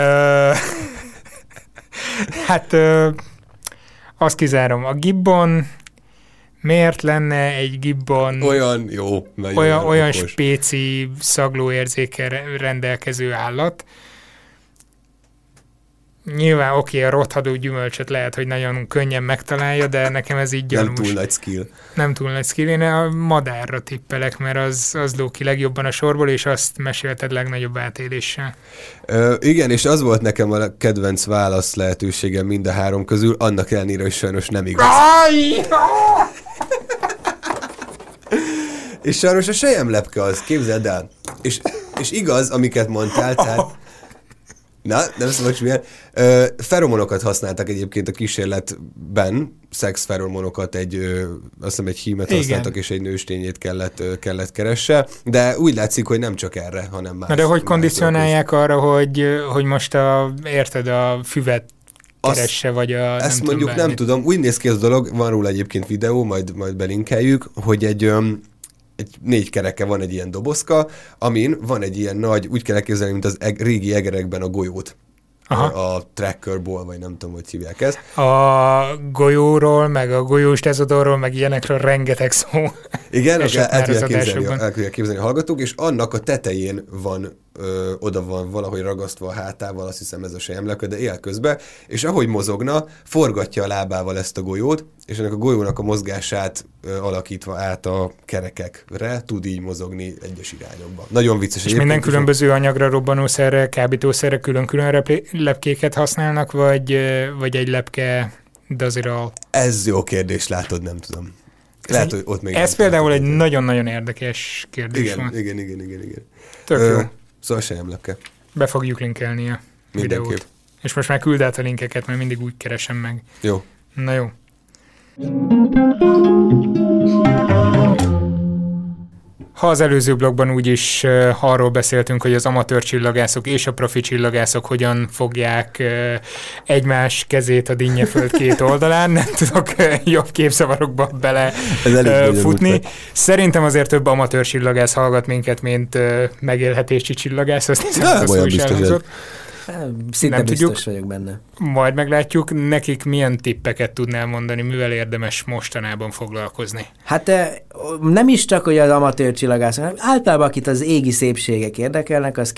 Azt kizárom. A gibbon... Miért lenne egy gibbon olyan jó, olyan spéci szaglóérzékkel rendelkező állat? Nyilván a rothadó gyümölcsöt lehet, hogy nagyon könnyen megtalálja, de nekem ez így gyanús. Nem túl nagy skill. Nem túl nagy skill. Én a madárra tippelek, mert az ló ki legjobban a sorból, és azt mesélted legnagyobb átéléssel. Igen, és az volt nekem a kedvenc válasz lehetőségem mind a 3 közül, annak ellenére, hogy sajnos nem igaz. És sajnos a selyemlepke az, képzeld el. És igaz, amiket mondtál, tehát... Na, nem szabad milyen. Feromonokat használtak egyébként a kísérletben, szexferomonokat, azt hiszem egy hímet használtak, és egy nőstényét kellett keresse, de úgy látszik, hogy nem csak erre, hanem más. De hogy kondicionálják arra, hogy most érted, a füvet keresse, vagy a... Ezt mondjuk nem tudom, úgy néz ki ez a dolog, van róla egyébként videó, majd belinkeljük, hogy egy 4 kereke van egy ilyen dobozka, amin van egy ilyen nagy, úgy kell elképzelni, mint az régi egerekben a golyót. a trackerból, vagy nem tudom, hogy hívják ezt. A golyóról, meg a golyós tezodorról, meg ilyenekről rengeteg szó. Igen, el tudják képzelni a hallgatók, és annak a tetején van, oda van valahogy ragasztva a hátával, azt hiszem ez a selyemlepke, de él közben, és ahogy mozogna, forgatja a lábával ezt a golyót, és ennek a golyónak a mozgását alakítva át a kerekekre tud így mozogni egyes irányokba. Nagyon vicces. És minden különböző anyagra, robbanószerre, kábítószerre külön-külön lepkéket használnak, vagy egy lepke does it all? Ez jó kérdés, látod, nem tudom. Lehet, hogy ott még ez például egy nagyon-nagyon érdekes kérdés van. Igen. Tök jó. Szóval selyemlepke. Be fogjuk linkelni a videót. És most már küld át a linkeket, mert mindig úgy keresem meg. Jó. Na jó. Ha az előző blogban úgyis arról beszéltünk, hogy az amatőr csillagászok és a profi csillagászok hogyan fogják egymás kezét a Dinnyeföld két oldalán, nem tudok jobb képzavarokba bele futni. Szerintem azért több amatőr csillagász hallgat minket, mint megélhetési csillagász, azt hiszem, ez a szó is elhangzott. Szinte nem biztos tudjuk. Vagyok benne. Majd meglátjuk, nekik milyen tippeket tudnál mondani, mivel érdemes mostanában foglalkozni? Hát nem is csak, hogy az amatőr csillagászok, hanem általában akit az égi szépségek érdekelnek, az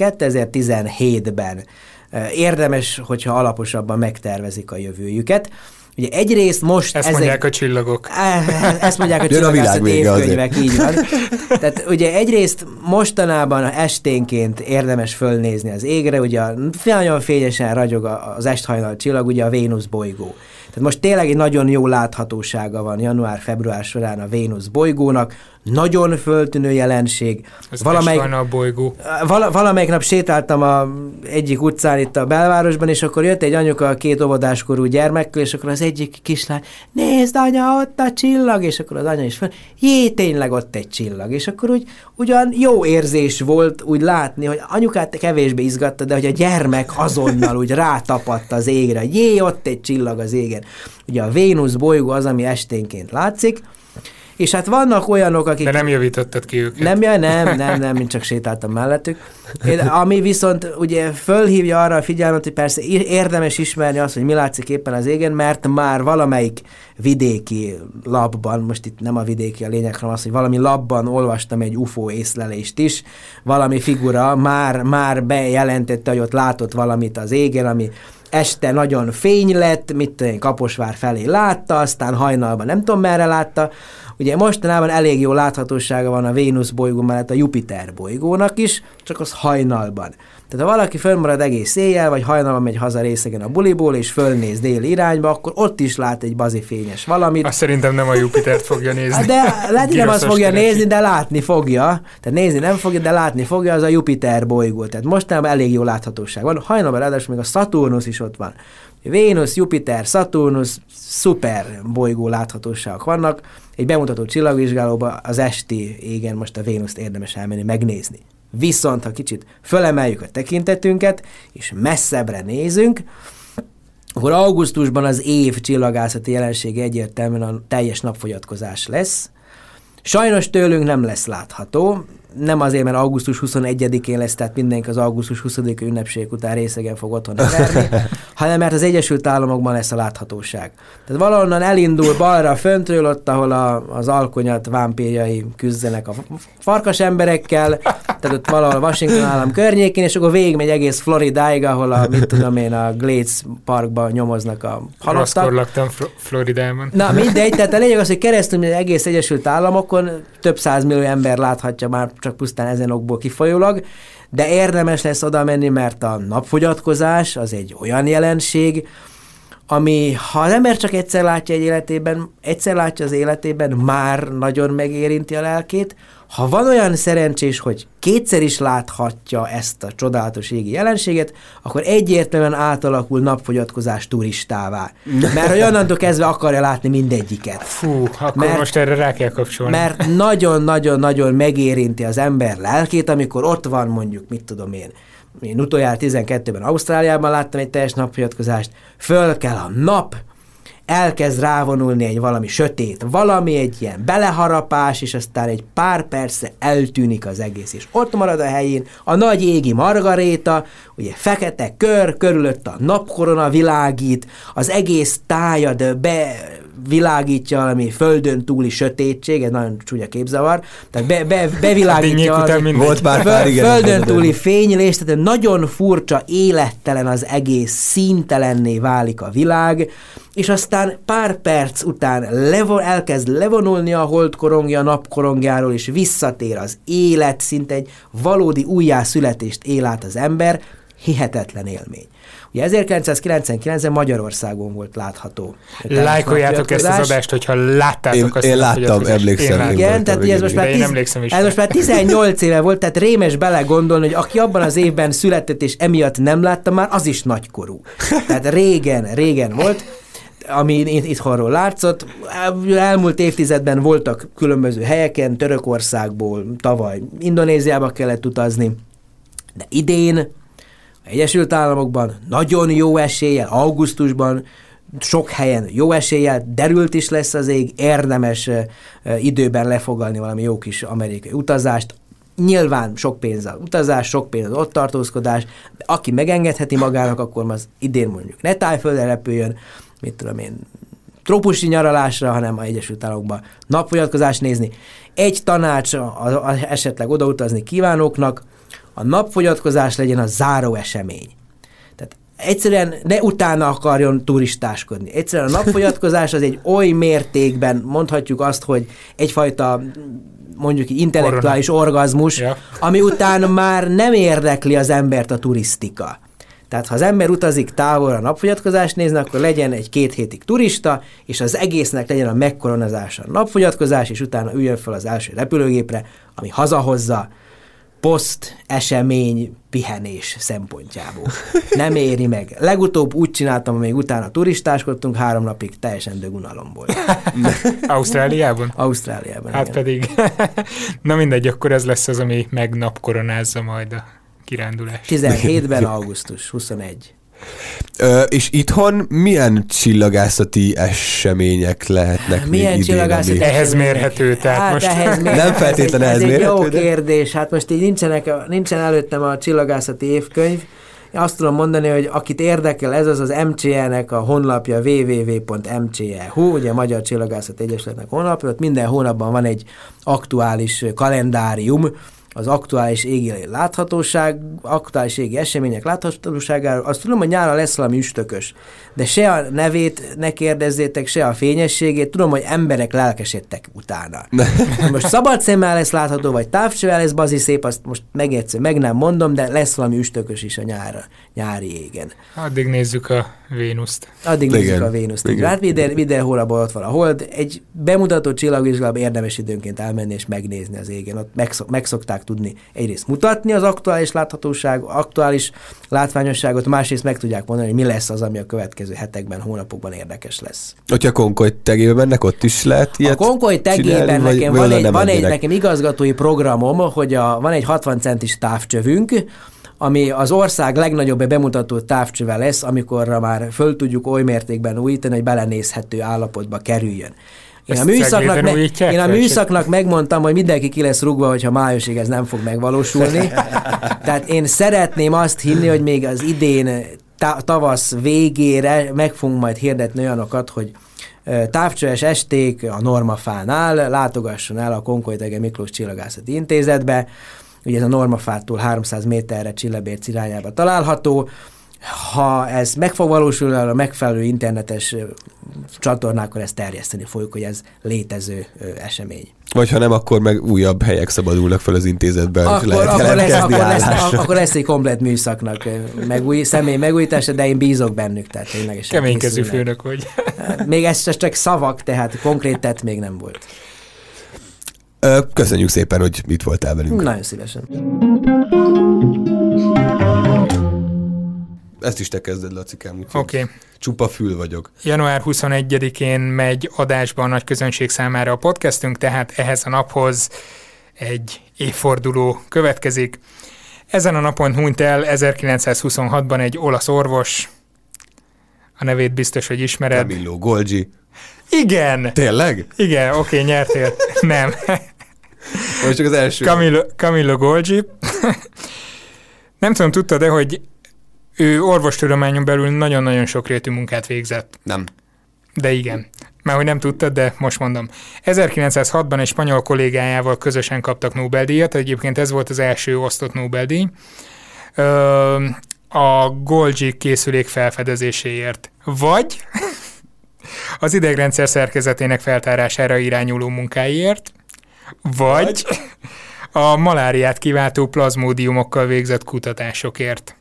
2017-ben érdemes, hogyha alaposabban megtervezik a jövőjüket. Ugye egyrészt most... Ezt mondják a csillagok. Ezt mondják a csillagászat évkönyvek, így van. Tehát ugye egyrészt mostanában esténként érdemes fölnézni az égre, ugye nagyon fényesen ragyog az esthajnal csillag, ugye a Vénusz bolygó. Tehát most tényleg egy nagyon jó láthatósága van január-február során a Vénusz bolygónak, nagyon föltűnő jelenség. Ez esthajnal bolygó. Valamelyik nap sétáltam egyik utcán itt a belvárosban, és akkor jött egy anyuka a 2 óvodáskorú gyermekkel, és akkor az egyik kislány, nézd anya, ott a csillag, és akkor az anya is föl, jé, tényleg ott egy csillag. És akkor ugyan jó érzés volt úgy látni, hogy anyukát kevésbé izgatta, de hogy a gyermek azonnal úgy rátapadt az égre, jé, ott egy csillag az égen. Ugye a Vénusz bolygó az, ami esténként látszik, és hát vannak olyanok, akik... De nem javítottad ki őket. Nem, mint csak sétáltam mellettük. Ami viszont ugye fölhívja arra a figyelmet, hogy persze érdemes ismerni azt, hogy mi látszik éppen az égen, mert már valamelyik vidéki labban, most itt nem a vidéki a lényeg, hanem az, hogy valami labban olvastam egy UFO észlelést is, valami figura már bejelentette, hogy ott látott valamit az égen, ami este nagyon fény lett, Kaposvár felé látta, aztán hajnalban nem tudom merre látta. Ugye mostanában elég jó láthatósága van a Vénusz bolygó mellett a Jupiter bolygónak is, csak az hajnalban. Tehát ha valaki fönnmarad egész éjjel, vagy hajnalban megy haza részegen a buliból, és fölnéz déli irányba, akkor ott is lát egy bazifényes valamit. Azt szerintem nem a Jupitert fogja nézni. De lehet, hogy nem azt fogja nézni, de látni fogja. Tehát nézni nem fogja, de látni fogja, az a Jupiter bolygó. Tehát mostanában elég jó láthatóság van. Hajnalban ráadásul még a Szaturnusz is ott van. Vénusz, Jupiter, Szaturnusz, szuper bolygó láthatóságok vannak. Egy bemutató csillagvizsgálóban az esti égen most a Vénuszt érdemes elmenni megnézni. Viszont, ha kicsit fölemeljük a tekintetünket, és messzebbre nézünk, akkor augusztusban az év csillagászati jelensége egyértelműen a teljes napfogyatkozás lesz. Sajnos tőlünk nem lesz látható, nem azért, mert augusztus 21-én lesz, tehát mindenki az augusztus 20-i ünnepség után részegen fog otthon verni, hanem mert az Egyesült Államokban lesz a láthatóság. Tehát valahonnan elindul balra föntről, ott, ahol az alkonyat vámpírjai küzdenek a farkas emberekkel, tehát ott valahol Washington állam környékén, és akkor végigmegy egész Floridáig, ahol a Glades Parkban nyomoznak a halottak. Rosszkor laktam Floridában. Na mindegy, tehát a lényeg az, hogy keresztül egész Egyesült Államokon több 100 millió ember láthatja már csak pusztán ezen okból kifolyólag, de érdemes lesz oda menni, mert a napfogyatkozás az egy olyan jelenség, ami, ha az ember csak egyszer látja az életében, már nagyon megérinti a lelkét. Ha van olyan szerencsés, hogy kétszer is láthatja ezt a csodálatos égi jelenséget, akkor egyértelműen átalakul napfogyatkozás turistává. Mert hogy onnantól kezdve akarja látni mindegyiket. Fú, akkor most erre rá kell kapcsolni. Mert nagyon-nagyon-nagyon megérinti az ember lelkét, amikor ott van mondjuk, mit tudom én utoljára 12-ben Ausztráliában láttam egy teljes napfogyatkozást, föl kell a nap, elkezd rávonulni egy valami sötét, valami egy ilyen beleharapás, és aztán egy pár percre eltűnik az egész, és ott marad a helyén a nagy égi margaréta, ugye fekete kör, körülött a napkorona világít, az egész tájad bevilágítja valami földön túli sötétség, ez nagyon csúnya képzavar, tehát bevilágítja földön túli fénylés, tehát nagyon furcsa, élettelen az egész, színtelenné válik a világ, és aztán pár perc után elkezd levonulni a holdkorongja a napkorongjáról, és visszatér az élet, szinte egy valódi újjászületést él át az ember, hihetetlen élmény. Ugye 1999-ben Magyarországon volt látható. Lájkoljátok ezt az adást, hogyha láttátok azt. Én láttam, emlékszem. Igen, tehát ez most már 18 éve volt, tehát rémes belegondolni, hogy aki abban az évben született, és emiatt nem látta már, az is nagykorú. Tehát régen volt, ami itthonról látszott. Elmúlt évtizedben voltak különböző helyeken, Törökországból, tavaly Indonéziába kellett utazni, de idén Egyesült Államokban nagyon jó eséllyel, augusztusban sok helyen jó eséllyel, derült is lesz az ég, érdemes időben lefogalni valami jó kis amerikai utazást. Nyilván sok pénz az utazás, sok pénz az ott tartózkodás, de aki megengedheti magának, akkor az idén mondjuk ne Tájföldre repüljön, mit tudom én, trópusi nyaralásra, hanem az Egyesült Államokban napfogyatkozást nézni. Egy tanács esetleg odautazni kívánóknak, a napfogyatkozás legyen a záró esemény. Tehát egyszerűen ne utána akarjon turistáskodni. Egyszerűen a napfogyatkozás az egy oly mértékben, mondhatjuk azt, hogy egyfajta mondjuk intellektuális orgazmus, ami után már nem érdekli az embert a turisztika. Tehát ha az ember utazik távolra napfogyatkozást nézni, akkor legyen egy 2 hétig turista, és az egésznek legyen a megkoronazása a napfogyatkozás, és utána üljön fel az első repülőgépre, ami hazahozza poszt-esemény pihenés szempontjából. Nem éri meg. Legutóbb úgy csináltam, amíg utána turistáskodtunk, 3 napig teljesen dögunalom volt. Ausztráliában? Ausztráliában. Hát igen. Pedig. Na mindegy, akkor ez lesz az, ami megnapkoronázza majd a kirándulás. 17-ben augusztus 21. És itthon milyen csillagászati események lehetnek milyen még idén? Ehhez mérhető, tehát hát most... Nem feltétlenül ehhez mérhető. Ez egy jó kérdés. Hát most így nincsen előttem a csillagászati évkönyv. Én azt tudom mondani, hogy akit érdekel, ez az MCE-nek a honlapja www.mce.hu, ugye a Magyar Csillagászati Egyesületnek honlapja, ott minden hónapban van egy aktuális kalendárium, az aktuális égi láthatóság, aktuális égi események láthatóságáról. Azt tudom, hogy nyára lesz valami üstökös, de se a nevét ne kérdezzétek, se a fényességét. Tudom, hogy emberek lelkesedtek utána. Most szabad szemmel lesz látható, vagy távcsővel lesz bazi szép, azt most meg nem mondom, de lesz valami üstökös is a nyári égen. Addig nézzük a Vénuszt. Nézzük a Vénuszt. Hát minden hónapban ott van a hold. Egy bemutató csillagvizsgálatban érdemes időnként elmenni és megnézni az égen. Ott meg szokták tudni egyrészt mutatni az aktuális láthatóság, aktuális látványosságot, másrészt meg tudják mondani, hogy mi lesz az, ami a következő hetekben, hónapokban érdekes lesz. Hogyha Concoid tegében mennek, ott is lehet ilyet a Concoid tegében nekem van egy nekem igazgatói programom, hogy van egy 60 centis távcsövünk, ami az ország legnagyobb bemutató távcsöve lesz, amikorra már föl tudjuk oly mértékben újítani, hogy belenézhető állapotba kerüljön. Én a műszaknak megmondtam, hogy mindenki ki lesz rúgva, hogyha májusig ez nem fog megvalósulni. Tehát én szeretném azt hinni, hogy még az idén tavasz végére meg fogunk majd hirdetni olyanokat, hogy távcsöves esték a Normafánál, látogasson el a Concoid Ege Miklós Csillagászati Intézetbe. Ugye ez a Normafától 300 méterre Csillebérc irányába található. Ha ez meg fog valósulni a megfelelő internetes csatornákon, ezt terjeszteni fogjuk, hogy ez létező esemény. Vagy ha nem, akkor meg újabb helyek szabadulnak fel az intézetben, akkor lesz egy komplet műszaknak személy megújítása, de én bízok bennük. Tehát ténylegesen keménykező főnök vagy. Még ez csak szavak, tehát konkrét tett még nem volt. Köszönjük szépen, hogy itt voltál velünk. Nagyon szívesen. Ezt is te kezded, Lacikám. Oké. Csupa fül vagyok. Január 21-én megy adásba a nagy közönség számára a podcastünk, tehát ehhez a naphoz egy évforduló következik. Ezen a napon hunyt el 1926-ban egy olasz orvos, a a nevét biztos, hogy ismered. Camillo Golgi. Igen! Tényleg? Igen, oké, nyertél. Nem. Most csak az első. Camillo Golgi. Nem tudom, tudtad-e, hogy ő orvostudományon belül nagyon-nagyon sokrétű munkát végzett. Nem. De igen. Már hogy nem tudtad, de most mondom. 1906-ban egy spanyol kollégájával közösen kaptak Nobel-díjat, egyébként ez volt az első osztott Nobel-díj, a Golgi készülék felfedezéséért. Vagy az idegrendszer szerkezetének feltárására irányuló munkáiért, vagy a maláriát kiváltó plazmódiumokkal végzett kutatásokért.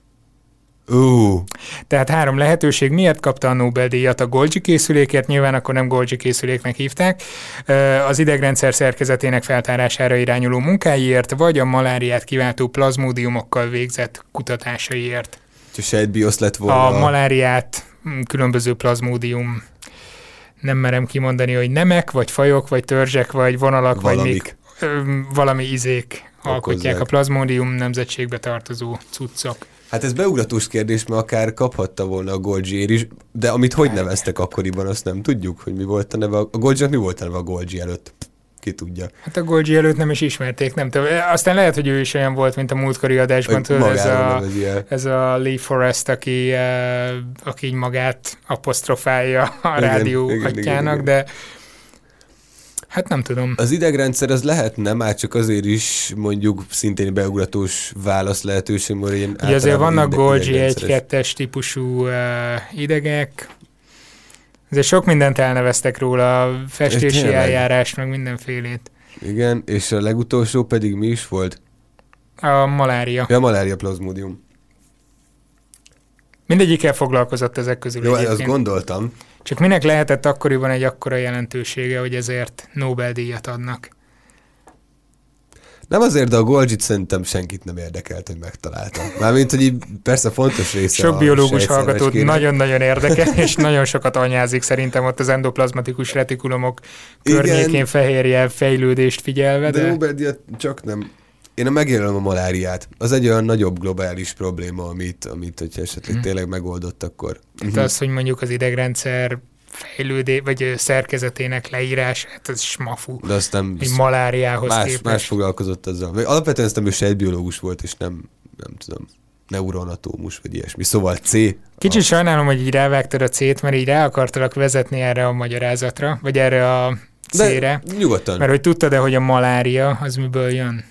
Tehát 3 lehetőség. Miért kapta a Nobel-díjat? A Golgi készülékért, nyilván akkor nem Golgi készüléknek hívták, az idegrendszer szerkezetének feltárására irányuló munkáiért, vagy a maláriát kiváltó plazmódiumokkal végzett kutatásaiért. Ha sejtbiosz lett volna. A maláriát különböző plazmódium, nem merem kimondani, hogy nemek, vagy fajok, vagy törzsek, vagy vonalak, Valamik. vagy még valami izék alkotják Okozzák. a plazmódium nemzetségbe tartozó cuccok. Hát ez beugratós kérdés, mert akár kaphatta volna a Golgiért is, de amit hogy neveztek akkoriban, azt nem tudjuk, hogy mi volt a neve. A Golginak mi volt a neve a Golgi előtt? Ki tudja. Hát a Golgi előtt nem is ismerték, nem tudom. Aztán lehet, hogy ő is olyan volt, mint a múltkori adásban, tudod, ez a Lee Forrest, aki így magát apostrofálja a rádió atyának, de hát nem tudom. Az idegrendszer az lehetne, már csak azért is mondjuk szintén beugratós válasz lehetőség, mert ilyen ugye azért vannak Golgi 1-2-es típusú idegek, azért sok mindent elneveztek róla, festési eljárást, meg mindenfélét. Igen, és a legutolsó pedig mi is volt? A malária. Ja, a malária plazmódium. Mindegyikkel foglalkozott ezek közül. Jó, egyébként. azt gondoltam. Csak minek lehetett akkoriban egy akkora jelentősége, hogy ezért Nobel-díjat adnak? Nem azért, de a Golgit szerintem senkit nem érdekelt, hogy megtalálta. Mármint, hogy így persze fontos része. Sok biológus hallgatót nagyon-nagyon érdekel, és nagyon sokat anyázik szerintem ott az endoplazmatikus retikulumok környékén fehérje fejlődést figyelve. De Nobel-díjat csak nem. Én megjelölöm a maláriát. Az egy olyan nagyobb globális probléma, amit hogyha esetleg tényleg megoldott, akkor... Tehát az, hogy mondjuk az idegrendszer vagy szerkezetének leírás, hát ez smafu. De azt nem... Egy maláriához képest. Más foglalkozott azzal. Alapvetően ezt nem ő sejtbiológus volt, és nem tudom, neuronatómus, vagy ilyesmi. Szóval C. Kicsit sajnálom, hogy így rávágtad a C-t, mert így rá akartalak vezetni erre a magyarázatra, vagy erre a C-re. De nyugodtan. Mert hogy tudtad-e, hogy a malária az miből jön?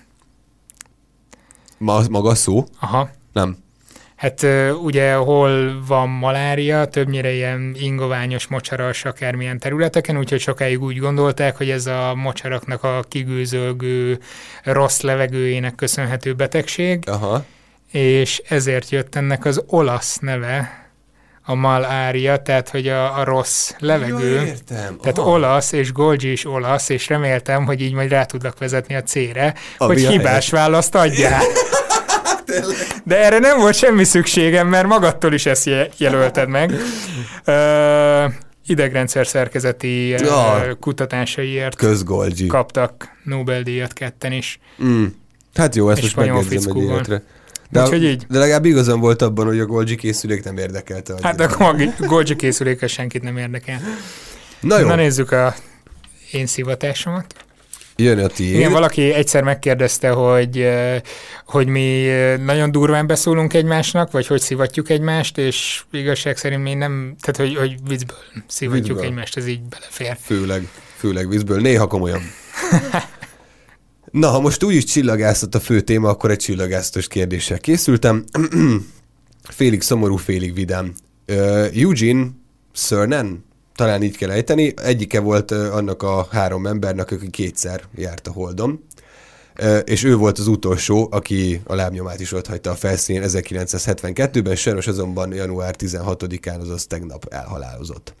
Maga szó? Aha. Nem. Hát ugye hol van malária, többnyire ilyen ingoványos, mocsaras akármilyen területeken, úgyhogy sokáig úgy gondolták, hogy ez a mocsaraknak a kigőzölgő rossz levegőjének köszönhető betegség, Aha. és ezért jött ennek az olasz neve, a malária, tehát hogy a rossz levegő. Jó, értem. Tehát olasz, és Golgi is olasz, és reméltem, hogy így majd rá tudlak vezetni a C-re, Ami hogy hibás választ adjál. De erre nem volt semmi szükségem, mert magadtól is ezt jelölted meg. Idegrendszer szerkezeti kutatásaiért Közgolgi. kaptak Nobel-díjat ketten is. Hát jó, ezt most megjegyzem egy életre. De legalább igazam volt abban, hogy a Golgi készülék nem érdekelte. Hát a Golgi készülékes senkit nem érdekel. Na jó. Na nézzük a én szivatásomat. Jön a tiéd. Igen, valaki egyszer megkérdezte, hogy mi nagyon durván beszólunk egymásnak, vagy hogy szivatjuk egymást, és igazság szerint mi nem, tehát hogy viccből szivatjuk egymást, ez így belefér. Főleg viccből, néha komolyan. Na, ha most úgyis csillagászat a fő téma, akkor egy csillagászatos kérdéssel készültem. Félig szomorú, félig vidám. Eugene Cernan, talán így kell ejteni, egyike volt annak a 3 embernek, aki 2-szer járt a Holdon, és ő volt az utolsó, aki a lábnyomát is ott hagyta a felszínén 1972-ben, sajnos azonban január 16-án, azaz tegnap elhalálozott.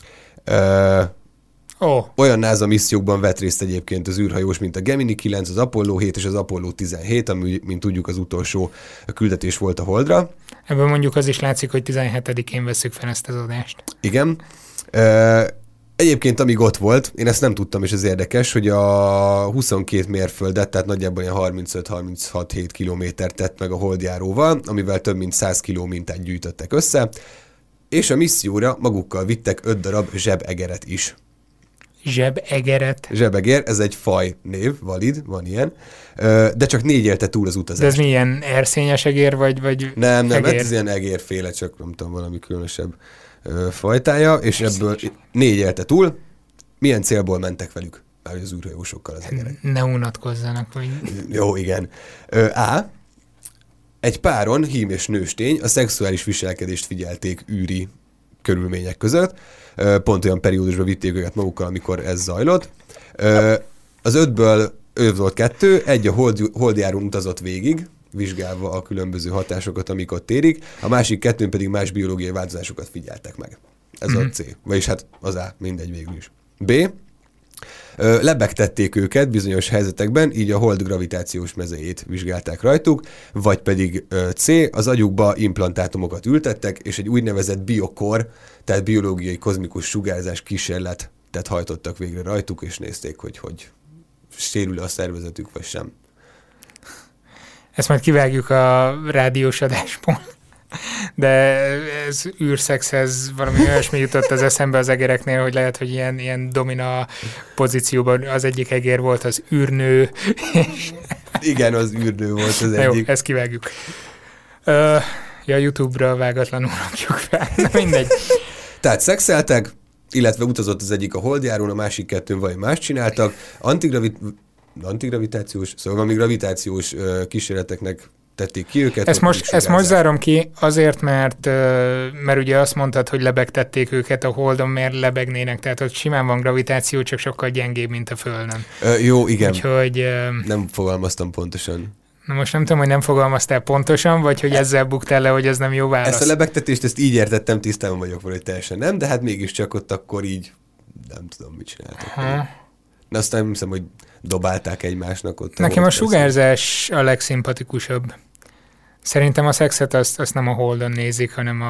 Olyan NASA missziókban vett részt egyébként az űrhajós, mint a Gemini 9, az Apollo 7 és az Apollo 17, ami, mint tudjuk, az utolsó küldetés volt a Holdra. Ebből mondjuk az is látszik, hogy 17-én veszük fel ezt az adást. Igen. Egyébként, amíg ott volt, én ezt nem tudtam, és ez érdekes, hogy a 22 mérföldet, tehát nagyjából ilyen 35-36-7 kilométert tett meg a holdjáróval, amivel több mint 100 kiló mintát gyűjtöttek össze. és a misszióra magukkal vittek 5 darab zsebegeret is. Zsebegeret? Zsebeger, ez egy fajnév, valid, van ilyen, de csak 4 élte túl az utazást. De ez milyen erszényes egér, vagy Nem, egér? ez ilyen egérféle, csak nem tudom, valami különösebb fajtája, és ebből 4 élte túl. Milyen célból mentek velük? Már az űrhajósokkal az egerek. Ne unatkozzanak, vagy... Jó, igen. A. Egy páron, hím és nőstény, a szexuális viselkedést figyelték űri körülmények között. Pont olyan periódusban vitték őket magukkal, amikor ez zajlott. Az 5-ből ő volt 2, egy a holdjárón utazott végig, vizsgálva a különböző hatásokat, amik ott érik, a másik 2 pedig más biológiai változásokat figyeltek meg. Ez a C. Vagyis hát az A, mindegy végül is. B. Lebegtették őket bizonyos helyzetekben, így a hold gravitációs mezejét vizsgálták rajtuk, vagy pedig C. Az agyukba implantátumokat ültettek, és egy úgynevezett biokor, tehát biológiai kozmikus sugárzás kísérletet hajtottak végre rajtuk, és nézték, hogy sérül a szervezetük, vagy sem. Ezt majd kivágjuk a rádiós adásból. De ez űrszexhez valami olyasmi jutott az eszembe az egereknél, hogy lehet, hogy ilyen domina pozícióban az egyik egér volt az űrnő. Igen, az űrnő volt az egyik. Jó, ezt kivágjuk. YouTube-ra vágatlanul rakjuk fel. Na mindegy. Tehát szexeltek, illetve utazott az egyik a holdjárón, a másik 2 vagy más csináltak, antigravitációs, szóval valami gravitációs kísérleteknek tették ki őket. Ezt most zárom ki azért, mert ugye azt mondtad, hogy lebegtették őket a Holdon, miért lebegnének, tehát ott simán van gravitáció, csak sokkal gyengébb, mint a Földön. Jó, igen. Úgyhogy, nem fogalmaztam pontosan. Na most nem tudom, hogy nem fogalmaztál pontosan, vagy hogy ezzel buktál le, hogy ez nem jó válasz. Ezt a lebegtetést, ezt így értettem, tisztában vagyok vele, hogy teljesen nem, de hát mégiscsak ott akkor így nem tudom, mit csináltak. De aztán nem hiszem, hogy dobálták egymásnak ott. Nekem a sugárzás a legszimpatikusabb. Szerintem a szexet azt nem a Holdon nézik, hanem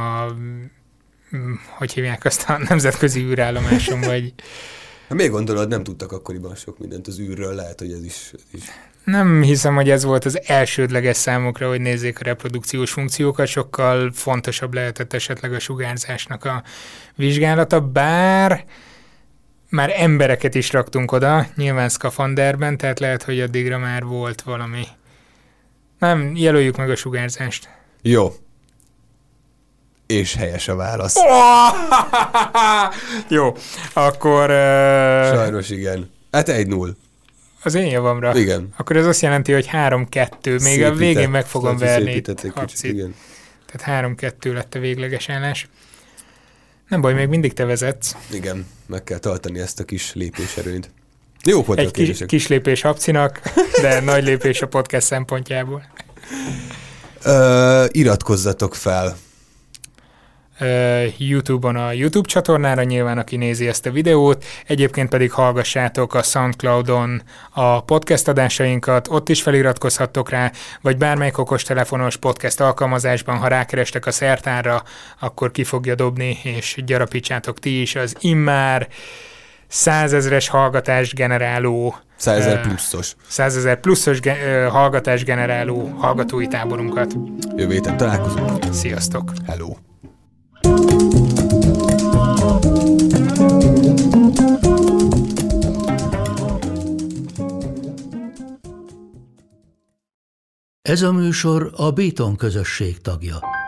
hogy hívják azt a nemzetközi űrállomáson, vagy... Hát még gondolod, nem tudtak akkoriban sok mindent az űrről, lehet, hogy ez is... Nem hiszem, hogy ez volt az elsődleges számukra, hogy nézzék a reprodukciós funkciókat, sokkal fontosabb lehetett esetleg a sugárzásnak a vizsgálata, bár már embereket is raktunk oda, nyilván szkafanderben, tehát lehet, hogy addigra már volt valami. Nem, jelöljük meg a sugárzást. Jó. És helyes a válasz. Jó, akkor... Sajnos igen. Hát 1-0. Az én javamra. Igen. Akkor ez azt jelenti, hogy 3-2. Még a végén meg fogom verni. Igen. Tehát 3-2 lett a végleges állás. Nem baj, még mindig te vezetsz. Igen, meg kell tartani ezt a kis lépéserőnyt. Jó volt a kérdések. Kis lépés Habcinak, de nagy lépés a podcast szempontjából. Iratkozzatok fel. YouTube-on a YouTube csatornára, nyilván aki nézi ezt a videót, egyébként pedig hallgassátok a SoundCloud-on a podcast adásainkat, ott is feliratkozhattok rá, vagy bármelyik okostelefonos podcast alkalmazásban, ha rákerestek a szertárra, akkor ki fogja dobni, és gyarapítsátok ti is az immár 100 000-es hallgatást generáló 100 000 pluszos. 100 000 pluszos hallgatást generáló hallgatói táborunkat. Jövő héten találkozunk. Sziasztok! Hello! Ez a műsor a Béton közösség tagja.